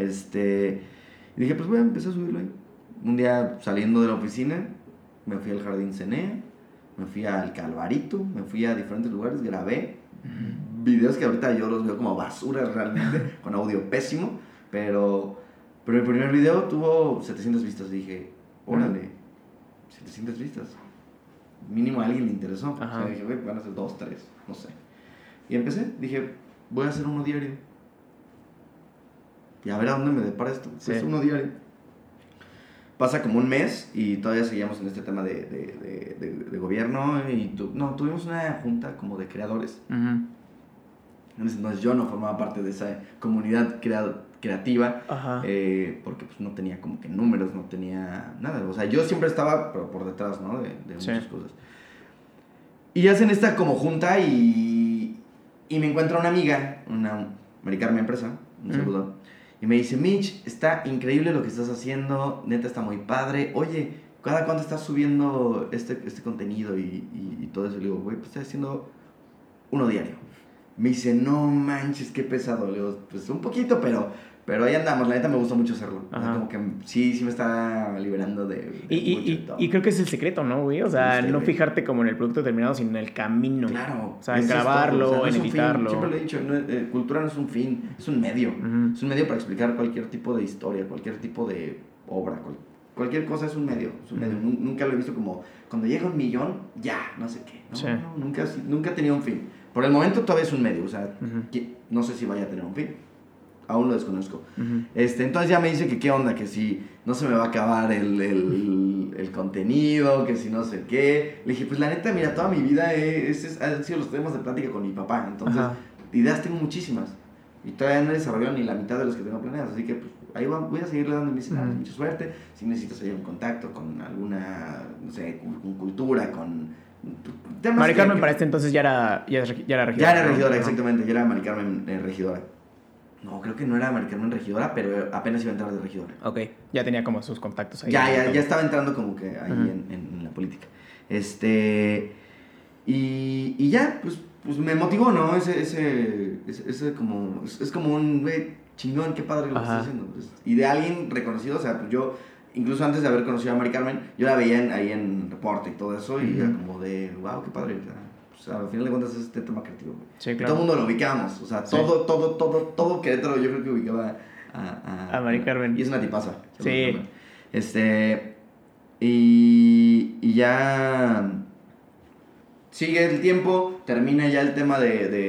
Y dije, pues voy a empezar a subirlo ahí. Un día saliendo de la oficina, me fui al Jardín Cené, me fui al Calvarito, me fui a diferentes lugares, grabé videos que ahorita yo los veo como basura realmente, con audio pésimo, pero el primer video tuvo 700 vistas. Dije, órale, 700 vistas, mínimo a alguien le interesó. O sea, dije, güey, van a ser 2, 3, no sé. Y empecé, dije, voy a hacer uno diario y a ver a dónde me depara esto. Pues uno diario. Pasa como un mes y todavía seguíamos en este tema de gobierno y tuvimos una junta como de creadores. Uh-huh. Entonces yo no formaba parte de esa comunidad creativa, porque pues no tenía como que números, no tenía nada. O sea, yo siempre estaba por detrás, ¿no? De muchas cosas. Y hacen esta como junta y me encuentra una amiga, una Mari Carmen Empresa, un saludo, y me dice, Mitch, está increíble lo que estás haciendo, neta está muy padre. Oye, ¿cada cuánto estás subiendo este contenido y todo eso? Y le digo, güey, pues estoy haciendo uno diario. Me dice, no manches, qué pesado. Le digo, pues un poquito, pero ahí andamos. La neta me gusta mucho hacerlo. O sea, como que sí me está liberando de y creo que es el secreto, ¿no, güey? O sea, no fijarte como en el producto terminado, sino en el camino. Claro. O sea, en grabarlo, o sea, en editarlo. Siempre lo he dicho, cultura no es un fin, es un medio. Uh-huh. Es un medio para explicar cualquier tipo de historia, cualquier tipo de obra, cualquier cosa es un medio. Es un medio. Nunca lo he visto como, cuando llega 1 millón, ya, no sé qué. No, nunca ha tenido un fin. Por el momento todavía es un medio, o sea, no sé si vaya a tener un fin. Aún lo desconozco. Uh-huh. Entonces ya me dice que qué onda, que si no se me va a acabar el contenido, que si no sé qué. Le dije, pues la neta, mira, toda mi vida han sido los temas de plática con mi papá. Entonces, ideas tengo muchísimas. Y todavía no he desarrollado ni la mitad de los que tengo planeados. Así que pues, ahí voy a seguirle dando mis mucha suerte. Si necesitas ahí un contacto con alguna, no sé, con cultura, con... Mari Carmen para este entonces ya era regidora. Ya era regidora, exactamente. Ya era Mari Carmen regidora. No, creo que no era Mari Carmen regidora, pero apenas iba a entrar de regidora. Ok, ya tenía como sus contactos ahí. Ya estaba entrando como que ahí en la política. Y ya, pues me motivó, ¿no? Ese como... Es como un, güey, chingón, qué padre lo que estás haciendo. Pues, y de alguien reconocido, o sea, pues yo... Incluso antes de haber conocido a Mari Carmen, yo la veía ahí en reporte y todo eso, y era como de, wow, qué padre. O sea, al final de cuentas es este tema creativo. Sí, claro. Todo el mundo lo ubicábamos, o sea, todo Querétaro yo creo que ubicaba a Mari Carmen. Y es una tipaza. Sí. Y ya sigue el tiempo, termina ya el tema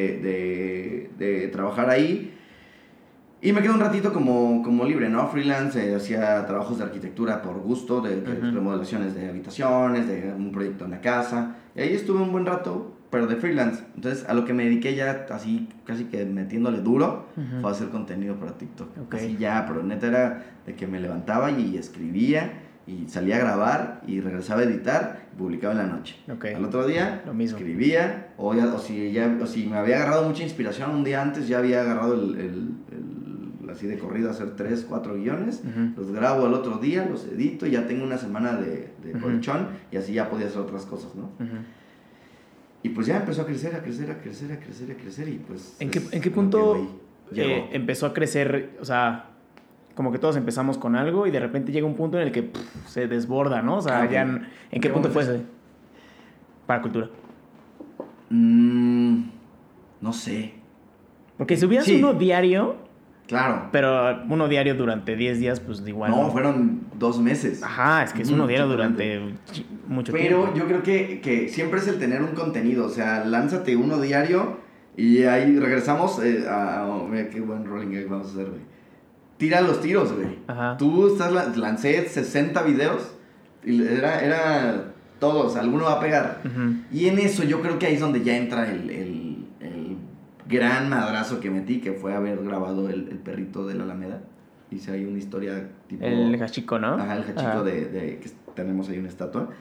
de trabajar ahí. Y me quedé un ratito como libre, ¿no? Freelance, hacía trabajos de arquitectura por gusto, de remodelaciones de habitaciones, de un proyecto en la casa. Y ahí estuve un buen rato, pero de freelance. Entonces, a lo que me dediqué ya así, casi que metiéndole duro, fue a hacer contenido para TikTok. Okay. Así ya, pero neta era de que me levantaba y escribía, y salía a grabar, y regresaba a editar, y publicaba en la noche. Okay. Al otro día, lo mismo. Escribía, o si me había agarrado mucha inspiración un día antes, ya había agarrado así de corrido, hacer 3, 4 guiones, los grabo el otro día, los edito, y ya tengo una semana de colchón, y así ya podía hacer otras cosas, ¿no? Y pues ya empezó a crecer, y pues... ¿En qué punto empezó a crecer? O sea, como que todos empezamos con algo, y de repente llega un punto en el que se desborda, ¿no? O sea, ya... ¿En qué punto fue ese? Para cultura. No sé. Porque subías uno diario... Claro. Pero uno diario durante 10 días, pues igual. No, fueron 2 meses. Ajá, es que es uno diario durante mucho tiempo. Pero yo creo que siempre es el tener un contenido. O sea, lánzate uno diario y ahí regresamos mira qué buen rolling gag vamos a hacer, güey. Tira los tiros, güey. Ajá. Lancé 60 videos y era todos, alguno va a pegar. Y en eso yo creo que ahí es donde ya entra el gran madrazo que metí, que fue haber grabado el perrito de la Alameda. Hice ahí una historia tipo... El Hachiko, ¿no? Ajá, el Hachiko de que tenemos ahí una estatua.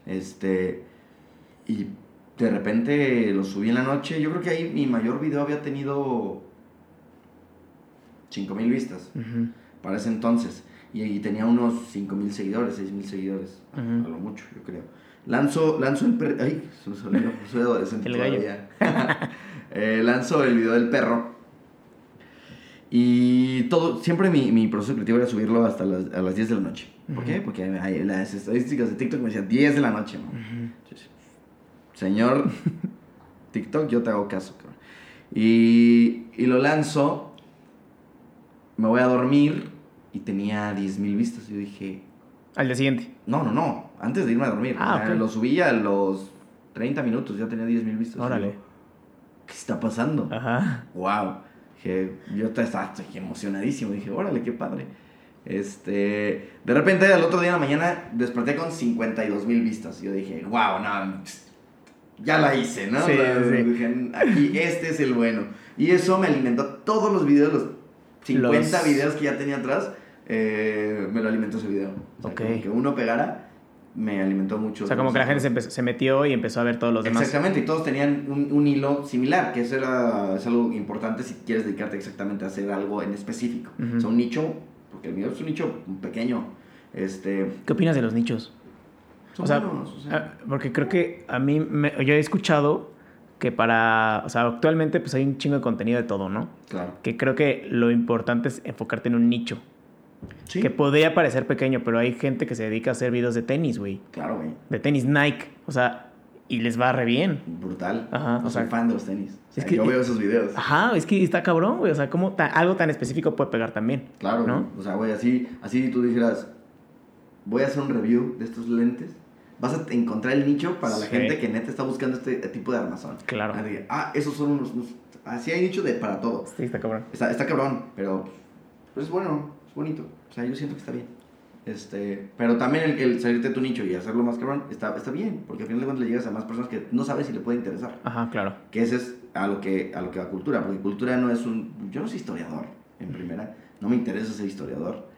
Y de repente lo subí en la noche. Yo creo que ahí mi mayor video había tenido 5,000 vistas para ese entonces. Y tenía unos 5,000 seguidores, 6,000 seguidores. A lo mucho, yo creo. Lanzo el perro... Ay, se me salió. Soy adolescente el todavía. Lanzo el video del perro. Y todo, siempre mi proceso creativo era subirlo hasta a las 10 de la noche. ¿Por qué? Porque las estadísticas de TikTok me decían 10 de la noche, ¿no? Señor TikTok, yo te hago caso, cabrón. Y lo lanzo, me voy a dormir y tenía 10,000 vistas. Yo dije... ¿Al día siguiente? No, antes de irme a dormir. Okay. Lo subí a los 30 minutos, ya tenía 10,000 vistas. Órale. ¿Qué está pasando? Ajá. Wow. Yo estaba emocionadísimo. Dije, órale, qué padre. De repente, al otro día en la mañana, desperté con 52,000 vistas. Y yo dije, wow, no, ya la hice, ¿no? Sí, sí. Dije, aquí, este es el bueno. Y eso me alimentó todos los videos, los 50 videos que ya tenía atrás, me lo alimentó ese video. O sea, como que uno pegara, me alimentó mucho. O sea, como que la gente se metió y empezó a ver todos los demás. Exactamente, y todos tenían un hilo similar, que eso es algo importante si quieres dedicarte exactamente a hacer algo en específico. O sea, un nicho, porque el mío es un nicho pequeño. ¿Qué opinas de los nichos? Son buenos, o sea. Porque creo que yo he escuchado que o sea, actualmente pues hay un chingo de contenido de todo, ¿no? Claro. Que creo que lo importante es enfocarte en un nicho. Sí. Que podría parecer pequeño, pero hay gente que se dedica a hacer videos de tenis, güey. Claro, güey. De tenis Nike, o sea, y les va re bien. Brutal. Ajá. Yo soy fan de los tenis. O sea, es que, yo veo esos videos. Ajá, es que está cabrón, güey. O sea, como algo tan específico puede pegar también. Claro, ¿no? O sea, güey, así tú dijeras, voy a hacer un review de estos lentes. Vas a encontrar el nicho para la gente que neta está buscando este tipo de armazón. Claro. Esos son unos así hay nicho para todo. Sí, está cabrón. Está cabrón, pero es bueno, es bonito. O sea, yo siento que está bien. Pero también el salirte de tu nicho y hacerlo más cabrón está bien, porque al final de cuentas le llegas a más personas que no sabes si le puede interesar. Ajá, claro. Que ese es a lo que va cultura, porque cultura no es yo no soy historiador, en primera, no me interesa ser historiador.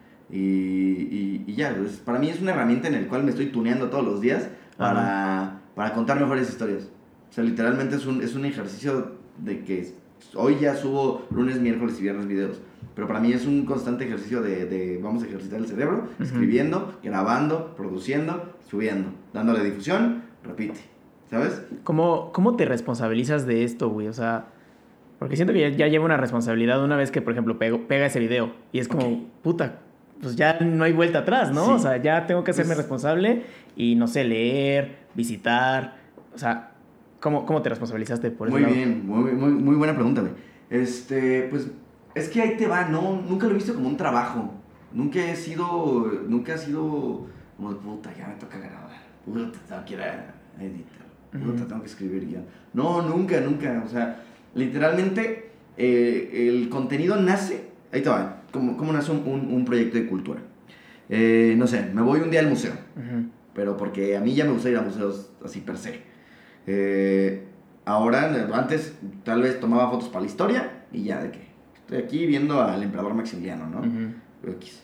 Y ya, pues, para mí es una herramienta en la cual me estoy tuneando todos los días para contar mejores historias. O sea, literalmente es un ejercicio de que hoy ya subo lunes, miércoles y viernes videos. Pero para mí es un constante ejercicio de vamos a ejercitar el cerebro, escribiendo, grabando, produciendo, subiendo, dándole difusión, repite, ¿sabes? ¿Cómo te responsabilizas de esto, güey? O sea, porque siento que ya llevo una responsabilidad una vez que, por ejemplo, pega ese video. Y es como, puta, pues ya no hay vuelta atrás, ¿no? Sí. O sea, ya tengo que hacerme responsable y, no sé, leer, visitar. O sea, ¿cómo te responsabilizaste por eso? Muy bien, muy buena pregunta, güey. Pues, es que ahí te va, ¿no? Nunca lo he visto como un trabajo. Nunca ha sido como, puta, ya me toca grabar. Puta, tengo que ir a editar. Puta, tengo que escribir guión. No, nunca. O sea, literalmente, el contenido nace, ahí te va. ¿Cómo nace un proyecto de cultura? No sé, me voy un día al museo, pero porque a mí ya me gusta ir a museos así per se. Ahora, antes tal vez tomaba fotos para la historia y ya de que estoy aquí viendo al emperador Maximiliano, ¿no? X.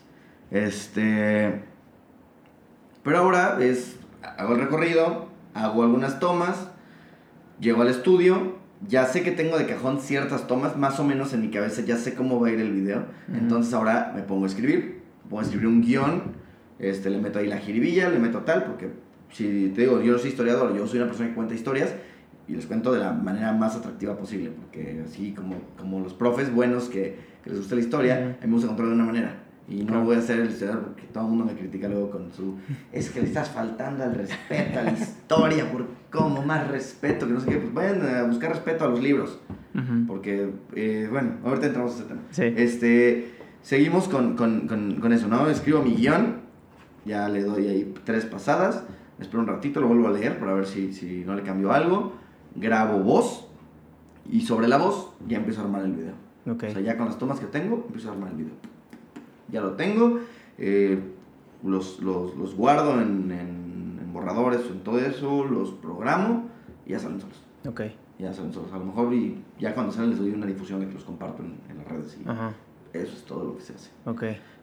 Pero ahora hago el recorrido, hago algunas tomas, llego al estudio. Ya sé que tengo de cajón ciertas tomas, más o menos en mi cabeza, ya sé cómo va a ir el video. Entonces ahora me pongo a escribir un guión, le meto ahí la jiribilla, le meto tal, porque si te digo, yo no soy historiador, yo soy una persona que cuenta historias y les cuento de la manera más atractiva posible, porque así como los profes buenos que les gusta la historia, a mí me gusta contarlo de una manera. Y no voy a ser el historiador porque todo el mundo me critica luego con es que le estás faltando al respeto a la historia, por cómo más respeto, que no sé qué. Pues vayan a buscar respeto a los libros, porque, bueno, ahorita entramos a ese tema. Sí. Seguimos con eso, ¿no? Escribo mi guión, ya le doy ahí 3 pasadas, espero un ratito, lo vuelvo a leer para ver si no le cambio algo, grabo voz, y sobre la voz ya empiezo a armar el video. Okay. O sea, ya con las tomas que tengo, empiezo a armar el video. Ya lo tengo, los guardo en borradores o en todo eso, los programo y ya salen solos. Ok. Ya salen solos. A lo mejor ya cuando salen les doy una difusión de que los comparto en las redes. Y eso es todo lo que se hace. Ok.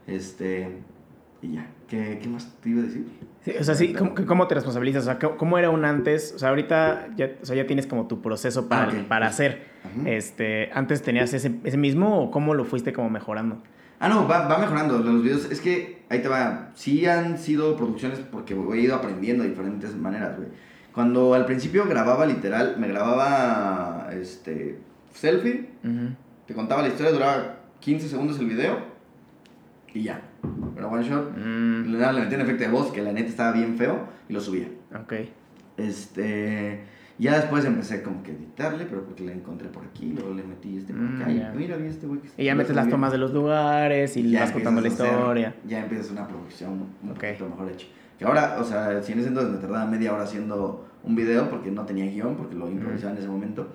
Y ya. ¿Qué más te iba a decir? Sí, o sea, sí, ¿cómo te responsabilizas? O sea, ¿cómo era un antes? O sea, ahorita ya tienes como tu proceso para hacer. ¿Antes tenías ese mismo o cómo lo fuiste como mejorando? No, va mejorando. Los videos, es que, ahí te va, sí han sido producciones porque he ido aprendiendo de diferentes maneras, güey. Cuando al principio grababa literal, me grababa, selfie, te contaba la historia, duraba 15 segundos el video, y ya. Era one shot, le metí un efecto de voz, que la neta estaba bien feo, y lo subía. Ok. Ya después empecé como que a editarle, pero porque la encontré por aquí, luego le metí por acá, y mira, vi güey que... Y ya metes las tomas de los lugares y vas contando la historia. Ya empiezas una producción un poquito mejor hecha. Que ahora, o sea, si en ese entonces me tardaba media hora haciendo un video porque no tenía guión, porque lo improvisaba en ese momento,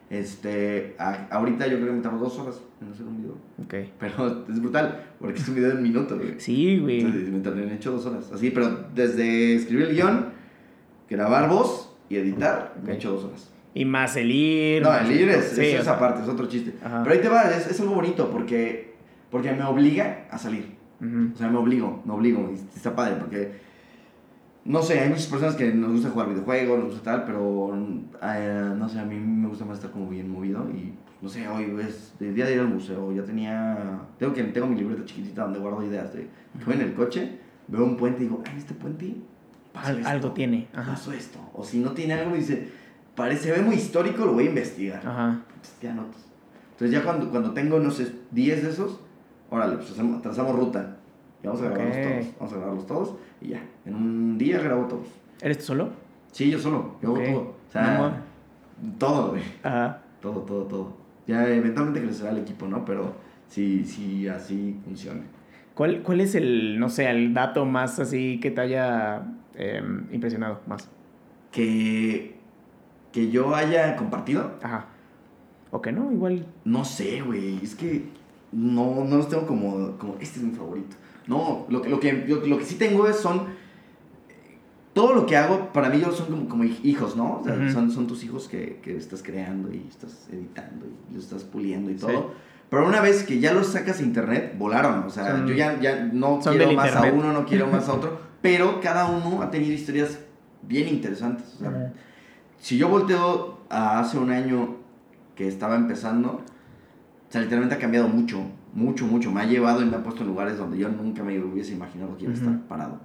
Ahorita yo creo que me tardo 2 horas en hacer un video. Ok. Pero es brutal, porque es un video de 1 minuto, güey. Sí, güey. Entonces me tardé en hecho 2 horas. Así, pero desde escribir el guión, grabar voz y editar, me he hecho 2 horas. Y más el ir. No, el ir es sí, esa parte, es otro chiste. Ajá. Pero ahí te va, es algo bonito porque me obliga a salir. Uh-huh. O sea, me obligo, y está padre porque, no sé, hay muchas personas que nos gusta jugar videojuegos, nos gusta tal, pero, no sé, a mí me gusta más estar como bien movido y, no sé, hoy es el día de ir al museo, ya tengo mi libreta chiquitita donde guardo ideas de que voy en el coche, veo un puente y digo, ay, este puente algo tiene. Ajá. Pasó esto, o si no tiene algo, dice, se ve muy histórico, lo voy a investigar. Ajá. Pues ya notas. Entonces ya cuando tengo, no sé, 10 de esos, órale, pues trazamos ruta. Y vamos a grabarlos todos. Y ya, en un día grabo todos. ¿Eres tú solo? Sí, yo solo, yo hago todo. O sea, todo, güey. Ajá. Todo. Ya eventualmente crecerá el equipo, ¿no? Pero sí, así funciona. ¿Cuál es el, no sé, el dato más así que te haya impresionado más? Que yo haya compartido. Ajá. ¿O que no? Igual. No sé, güey. Es que no los tengo como este es mi favorito. No, lo que sí tengo son todo lo que hago para mí son como hijos, ¿no? O sea, uh-huh. son tus hijos que estás creando y estás editando y los estás puliendo y todo. Sí. Pero una vez que ya los sacas a internet, volaron. O sea, yo ya no quiero más internet. A uno, no quiero más a otro. Pero cada uno ha tenido historias bien interesantes. O sea, uh-huh. Si yo volteo a hace un año que estaba empezando, o sea, literalmente ha cambiado mucho. Me ha llevado y me ha puesto en lugares donde yo nunca me hubiese imaginado que iba a estar parado.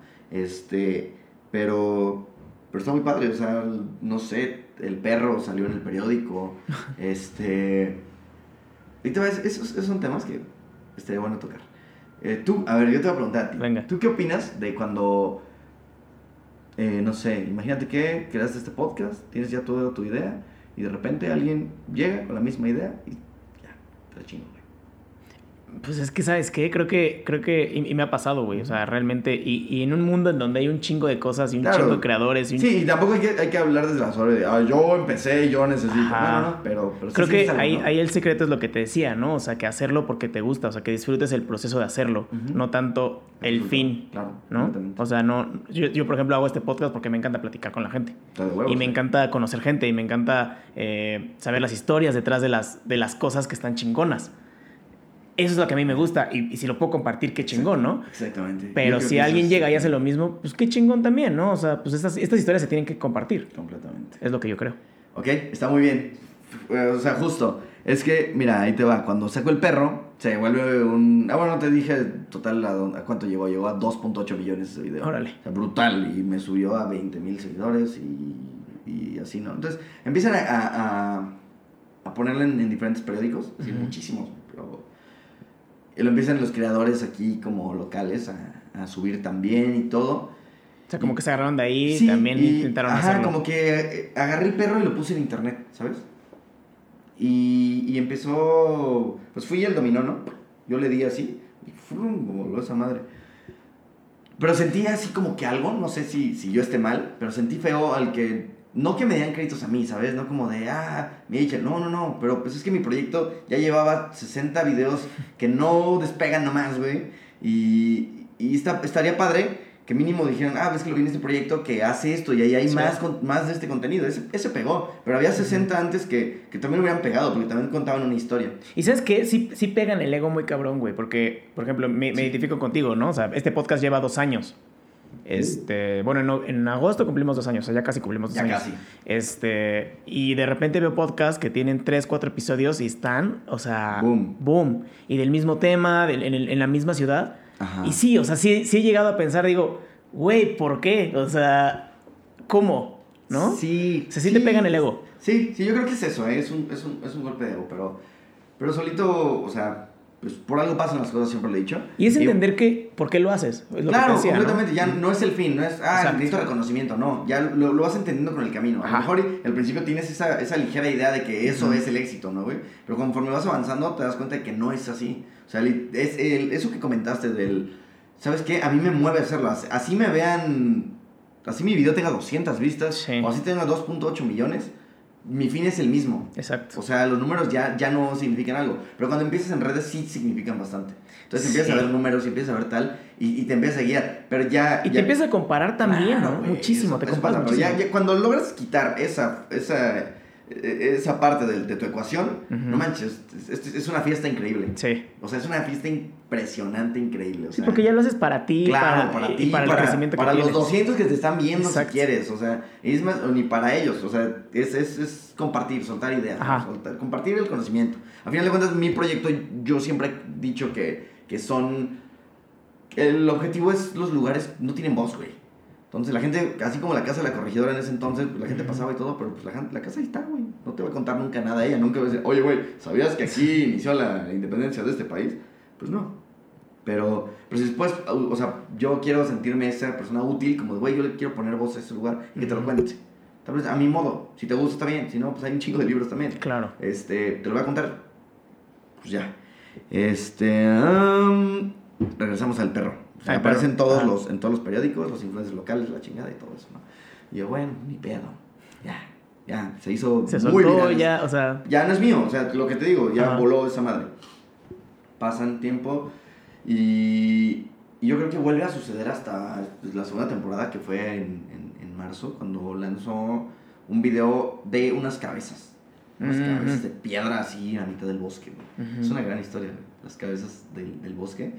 Pero está muy padre, o sea, no sé, el perro salió en el periódico. Y te ves, esos son temas que estaría bueno tocar. Tú, a ver, yo te voy a preguntar a ti. Venga. ¿Tú qué opinas de cuando, no sé, imagínate que creaste este podcast, tienes ya toda tu idea y de repente alguien llega con la misma idea y ya, te la chingo, güey? Pues es que, ¿sabes qué? Creo que y me ha pasado, güey. O sea, realmente, y en un mundo en donde hay un chingo de cosas y un chingo de creadores. Sí, y tampoco hay que hablar desde la sobre de, yo empecé, yo necesito. No, pero creo sí que ahí el secreto es lo que te decía, ¿no? O sea, que hacerlo porque te gusta, o sea, que disfrutes el proceso de hacerlo, uh-huh. No tanto el fin, claro, ¿no? O sea, yo, por ejemplo, hago este podcast porque me encanta platicar con la gente. Huevos, me encanta conocer gente y me encanta saber las historias detrás de las cosas que están chingonas. Eso es lo que a mí me gusta y si lo puedo compartir, qué chingón, ¿no? Exactamente. Pero si alguien llega y hace lo mismo, pues qué chingón también, ¿no? O sea, pues estas historias se tienen que compartir. Completamente. Es lo que yo creo. Ok, está muy bien. O sea, justo. Es que, mira, ahí te va. Cuando saco el perro, se vuelve un... bueno, te dije total a cuánto llegó. Llegó a 2.8 millones ese video. Órale. O sea, brutal. Y me subió a 20,000 seguidores y así, ¿no? Entonces, empiezan a ponerlo en diferentes periódicos. Así, uh-huh. Muchísimos, pero... Y lo empiezan los creadores aquí como locales a subir también y todo. O sea, como que se agarraron de ahí y también intentaron hacerlo. Como que agarré el perro y lo puse en internet, ¿sabes? Y empezó... Pues fui el dominó, ¿no? Yo le di así y como voló esa madre. Pero sentí así como que algo, no sé si yo esté mal, pero sentí feo al que... No que me dieran créditos a mí, ¿sabes? No como de, me he dicho, no, pero pues es que mi proyecto ya llevaba 60 videos que no despegan nomás, güey. Y estaría padre que mínimo dijeran, ves que lo vi en este proyecto que hace esto y ahí hay más de este contenido. Ese pegó, pero había 60 antes que también lo hubieran pegado porque también contaban una historia. Y ¿sabes qué? Sí pegan el ego muy cabrón, güey, porque, por ejemplo, me identifico contigo, ¿no? O sea, este podcast lleva 2 años. Bueno, en agosto cumplimos 2 años, o sea, ya casi cumplimos 2 años. Casi. Y de repente veo podcasts que tienen 3, 4 episodios y están, o sea, boom. Y del mismo tema, en la misma ciudad. Ajá. Y sí, o sea, sí he llegado a pensar, digo, güey, ¿por qué? O sea, ¿cómo? ¿No? Sí. O sea, sí te pegan el ego. Sí, yo creo que es eso, es un golpe de ego, pero solito, o sea... Pues por algo pasan las cosas, siempre lo he dicho. Y es entender por qué lo haces. Es lo claro, que te decía, completamente. ¿no? Ya no es el fin, no es, necesito reconocimiento, no. Ya lo vas entendiendo con el camino. Ajá. A lo mejor al principio tienes esa ligera idea de que eso es el éxito, ¿no, güey? Pero conforme vas avanzando te das cuenta de que no es así. O sea, eso que comentaste del... ¿Sabes qué? A mí me mueve hacerlo. Así me vean... Así mi video tenga 200 vistas, o así tenga 2.8 millones... mi fin es el mismo. Exacto. O sea, los números ya no significan algo. Pero cuando empiezas en redes sí significan bastante. Entonces empiezas a ver números y empiezas a ver tal y te empiezas a guiar. Pero ya... Y te empiezas a comparar también, claro, ¿no? Güey, Muchísimo, te comparas pasa, muchísimo. Pero ya cuando logras quitar esa parte de tu ecuación, no manches, es una fiesta increíble. Sí. O sea, es una fiesta impresionante, increíble. O sea, sí, porque ya lo haces para ti, claro, para ti, para el crecimiento que para los tienes. 200 que te están viendo, Exacto. si quieres. O sea, es más, ni para ellos. O sea, es compartir, soltar ideas, ¿no? Compartir el conocimiento. A final de cuentas, mi proyecto, yo siempre he dicho que son... El objetivo es los lugares no tienen voz, güey. Entonces la gente, así como la casa de la corregidora en ese entonces, la gente pasaba y todo, pero pues la casa ahí está, güey. No te va a contar nunca nada ella, nunca va a decir, oye, güey, ¿sabías que aquí inició la independencia de este país? Pues no. Pero si después, o sea, yo quiero sentirme esa persona útil, como de, güey, yo le quiero poner voz a ese lugar y que te lo cuente. Tal vez a mi modo, si te gusta está bien, si no, pues hay un chingo de libros también. Claro. Te lo voy a contar. Pues ya. Regresamos al perro. O sea, aparecen en todos los periódicos, los influencers locales, la chingada y todo eso, ¿no? Y yo, bueno, ni pedo. Ya, se hizo se muy soltó, viral. ya, o sea... Ya no es mío, o sea, lo que te digo, ya voló esa madre. Pasan tiempo y yo creo que vuelve a suceder hasta la segunda temporada, que fue en marzo, cuando lanzó un video de unas cabezas. Unas cabezas de piedra así a mitad del bosque, güey. Es una gran historia, güey. Las cabezas del bosque.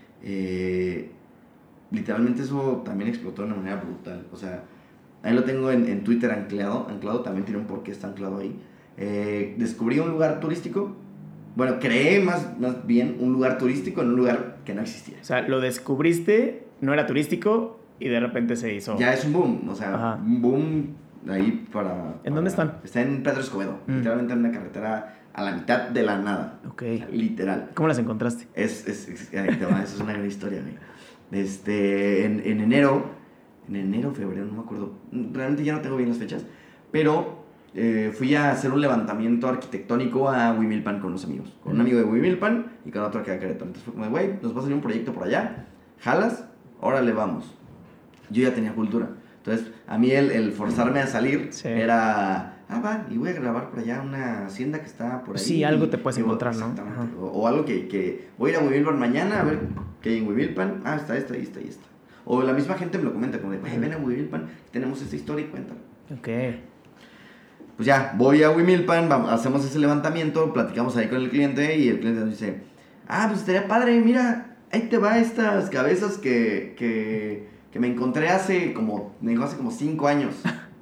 Literalmente eso también explotó de una manera brutal. O sea, ahí lo tengo en Twitter anclado también tiene un porqué está anclado ahí. Descubrí un lugar turístico. Bueno, creé más bien un lugar turístico en un lugar que no existía. O sea, lo descubriste, no era turístico y de repente se hizo... Ya es un boom, o sea, un boom ahí para... ¿En dónde están? Está en Pedro Escobedo, literalmente en una carretera a la mitad de la nada. Ok. O sea, literal. ¿Cómo las encontraste? Eso es una gran historia, güey. En enero, febrero, no me acuerdo, realmente ya no tengo bien las fechas, pero fui a hacer un levantamiento arquitectónico a Huimilpan con unos amigos, con un amigo de Huimilpan y con otro que a Querétaro. Entonces fue como, güey, nos va a salir un proyecto por allá, ¿jalas? Órale, vamos. Yo ya tenía cultura, entonces a mí el forzarme a salir era... va, y voy a grabar por allá una hacienda que está por ahí. Sí, algo te puedes encontrar, ¿no? Exactamente. O algo que voy a ir a Huimilpan mañana a ver qué hay en Huimilpan. Está esta y esta y esta. O la misma gente me lo comenta, como de, ven a Huimilpan, tenemos esta historia y cuéntalo. Ok. Pues ya, voy a Huimilpan, hacemos ese levantamiento, platicamos ahí con el cliente y el cliente nos dice, pues estaría padre, mira, ahí te va estas cabezas que me encontré hace como 5 años.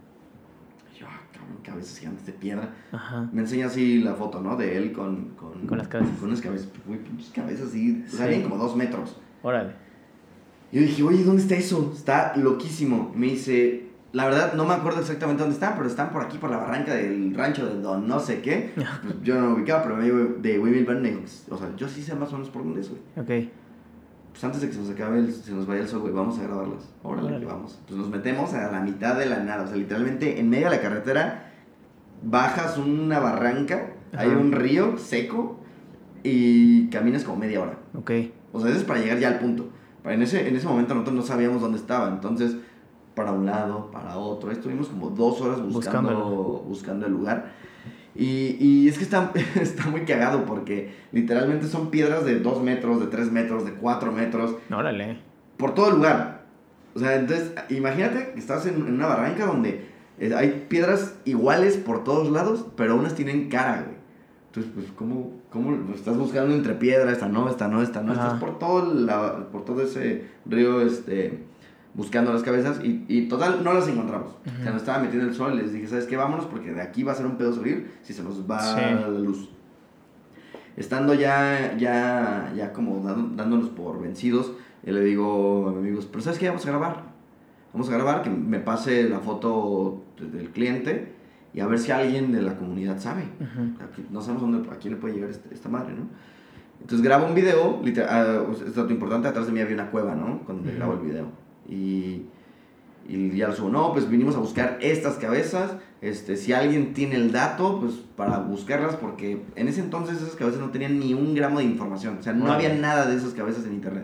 Cabezas gigantes de piedra. Ajá. Me enseña así la foto, ¿no? De él con las cabezas. Con unas cabezas, uy, pinches cabezas así, o sea, bien como 2 metros. Órale. Yo dije, oye, ¿dónde está eso? Está loquísimo. Me dice, la verdad no me acuerdo exactamente dónde están, pero están por aquí, por la barranca del rancho de Don no sé qué. Pues yo no lo ubicaba, pero me dijo de Huimilpan, me dijo, o sea, yo sí sé más o menos por dónde es, güey. Ok. Pues antes de que se nos vaya el sol, güey, vamos a grabarlas. Órale, vamos. Pues nos metemos a la mitad de la nada, o sea, literalmente en medio de la carretera. Bajas una barranca, hay un río seco y caminas como media hora. Ok. O sea, eso es para llegar ya al punto. En ese momento nosotros no sabíamos dónde estaba, entonces para un lado, para otro, estuvimos como 2 horas buscando el lugar. Y es que está muy cagado porque literalmente son piedras de 2 metros, de 3 metros, de 4 metros. Órale. Por todo el lugar. O sea, entonces imagínate que estás en una barranca donde... hay piedras iguales por todos lados, pero unas tienen cara, güey. Entonces, pues, ¿cómo estás buscando entre piedra? Esta no. Estás por todo ese río, buscando las cabezas y total, no las encontramos. O sea, nos estaba metiendo el sol y les dije, ¿sabes qué? Vámonos porque de aquí va a ser un pedo salir si se nos va la luz. Estando ya como dándonos por vencidos, le digo a mis amigos, pero ¿sabes qué? Vamos a grabar, que me pase la foto del cliente y a ver si alguien de la comunidad sabe. No sabemos a quién le puede llegar esta madre, ¿no? Entonces grabo un video, es dato importante, atrás de mí había una cueva, ¿no? Cuando grabo el video. Y ya lo subo, no, pues vinimos a buscar estas cabezas, si alguien tiene el dato, pues para buscarlas, porque en ese entonces esas cabezas no tenían ni un gramo de información, o sea, no había nada de esas cabezas en internet.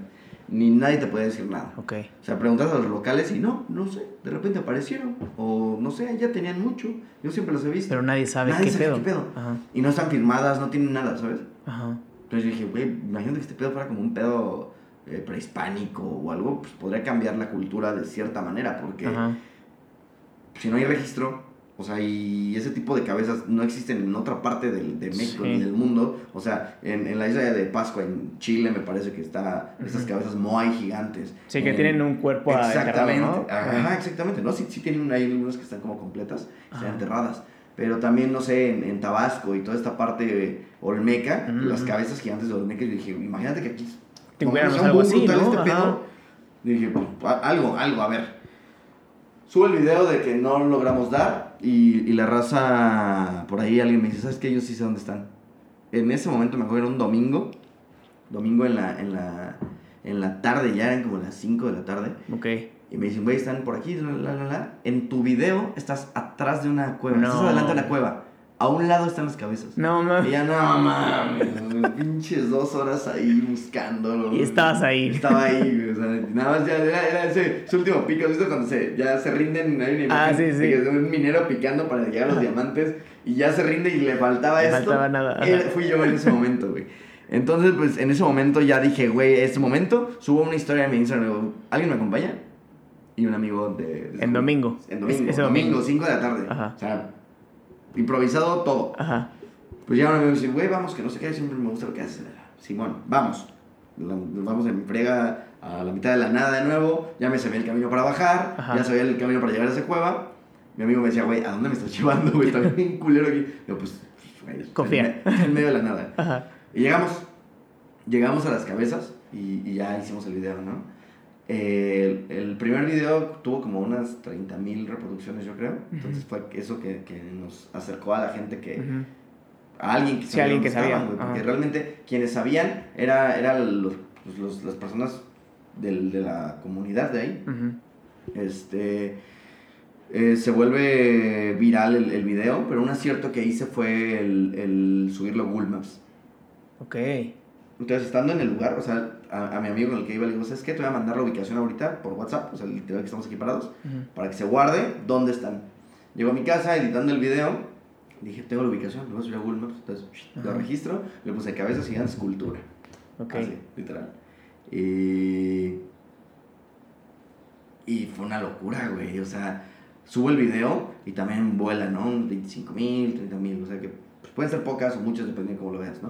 ni nadie te puede decir nada. Ok. O sea, preguntas a los locales y no sé, de repente aparecieron. O no sé, ya tenían mucho. Yo siempre los he visto. Pero nadie sabe qué pedo. Ajá. Y no están firmadas, no tienen nada, ¿sabes? Ajá. Entonces yo dije, güey, imagínate que este pedo fuera como un pedo prehispánico o algo, pues podría cambiar la cultura de cierta manera, porque si no hay registro, o sea, y ese tipo de cabezas no existen en otra parte de México ni del mundo. O sea, en la isla de Pascua, en Chile, me parece que está estas cabezas moai gigantes. Sí, que tienen un cuerpo exactamente, enterrado, ¿no? Ajá, exactamente, ¿no? Sí tienen, hay algunas que están como completas, están enterradas. Pero también, no sé, en Tabasco y toda esta parte olmeca, las cabezas gigantes de olmeca, yo dije, imagínate que aquí tuviéramos algo así, ¿no? Este pedo. Dije, pues, algo, a ver. Sube el video de que no logramos dar y la raza, por ahí alguien me dice, ¿sabes qué? Yo sí sé dónde están. En ese momento me acuerdo, era un domingo en la tarde, ya eran como las 5 de la tarde. Ok. Y me dicen, güey, están por aquí, En tu video estás atrás de una cueva, estás adelante de la cueva. A un lado están las cabezas. No mames. Y ya, no mames, pinches 2 horas ahí buscándolo. Y estabas ahí. Estaba ahí, güey, o sea, nada más ya era ese último pico, ¿viste? Cuando ya se rinden, hay una imagen sí. de un minero picando para llegar a los diamantes y ya se rinde y le faltaba esto. Le faltaba nada. Fui yo en ese momento, güey. Entonces, pues, en ese momento ya dije, güey, este momento, subo una historia en mi Instagram, digo, ¿alguien me acompaña? Y un amigo En domingo. En domingo. Ese domingo, 5 de la tarde. Ajá. O sea, improvisado todo. Ajá. Pues ya un amigo me dice, güey, vamos, que no sé qué, siempre me gusta lo que haces. Simón, vamos. Nos vamos en frega a la mitad de la nada de nuevo. Ya me sabía el camino para bajar. Ajá. Ya sabía el camino para llegar a esa cueva. Mi amigo me decía, güey, ¿a dónde me estás llevando, güey? Está bien culero aquí. Digo, pues, güey, confía. En medio de la nada. Ajá. Y llegamos a las cabezas y ya hicimos el video, ¿no? El primer video tuvo como unas 30,000 reproducciones, yo creo. Entonces fue eso que nos acercó a la gente que... A alguien que sabía. Sí, alguien que sabía. Estaban, porque realmente quienes sabían eran las personas de la comunidad de ahí. Se vuelve viral el video, pero un acierto que hice fue el subirlo a Google Maps. Ok. Entonces, estando en el lugar, o sea, a mi amigo con el que iba le digo, ¿sabes qué? Te voy a mandar la ubicación ahorita por WhatsApp, o sea, literal que estamos aquí parados, para que se guarde dónde están. Llego a mi casa editando el video, dije, tengo la ubicación, lo voy a subir a Google Maps, entonces lo registro, le puse cabezas gigantes, cultura. Ok. Así, literal. Y fue una locura, güey, o sea, subo el video y también vuela, ¿no? 25,000, 30,000, o sea que pues, pueden ser pocas o muchas, dependiendo de cómo lo veas, ¿no?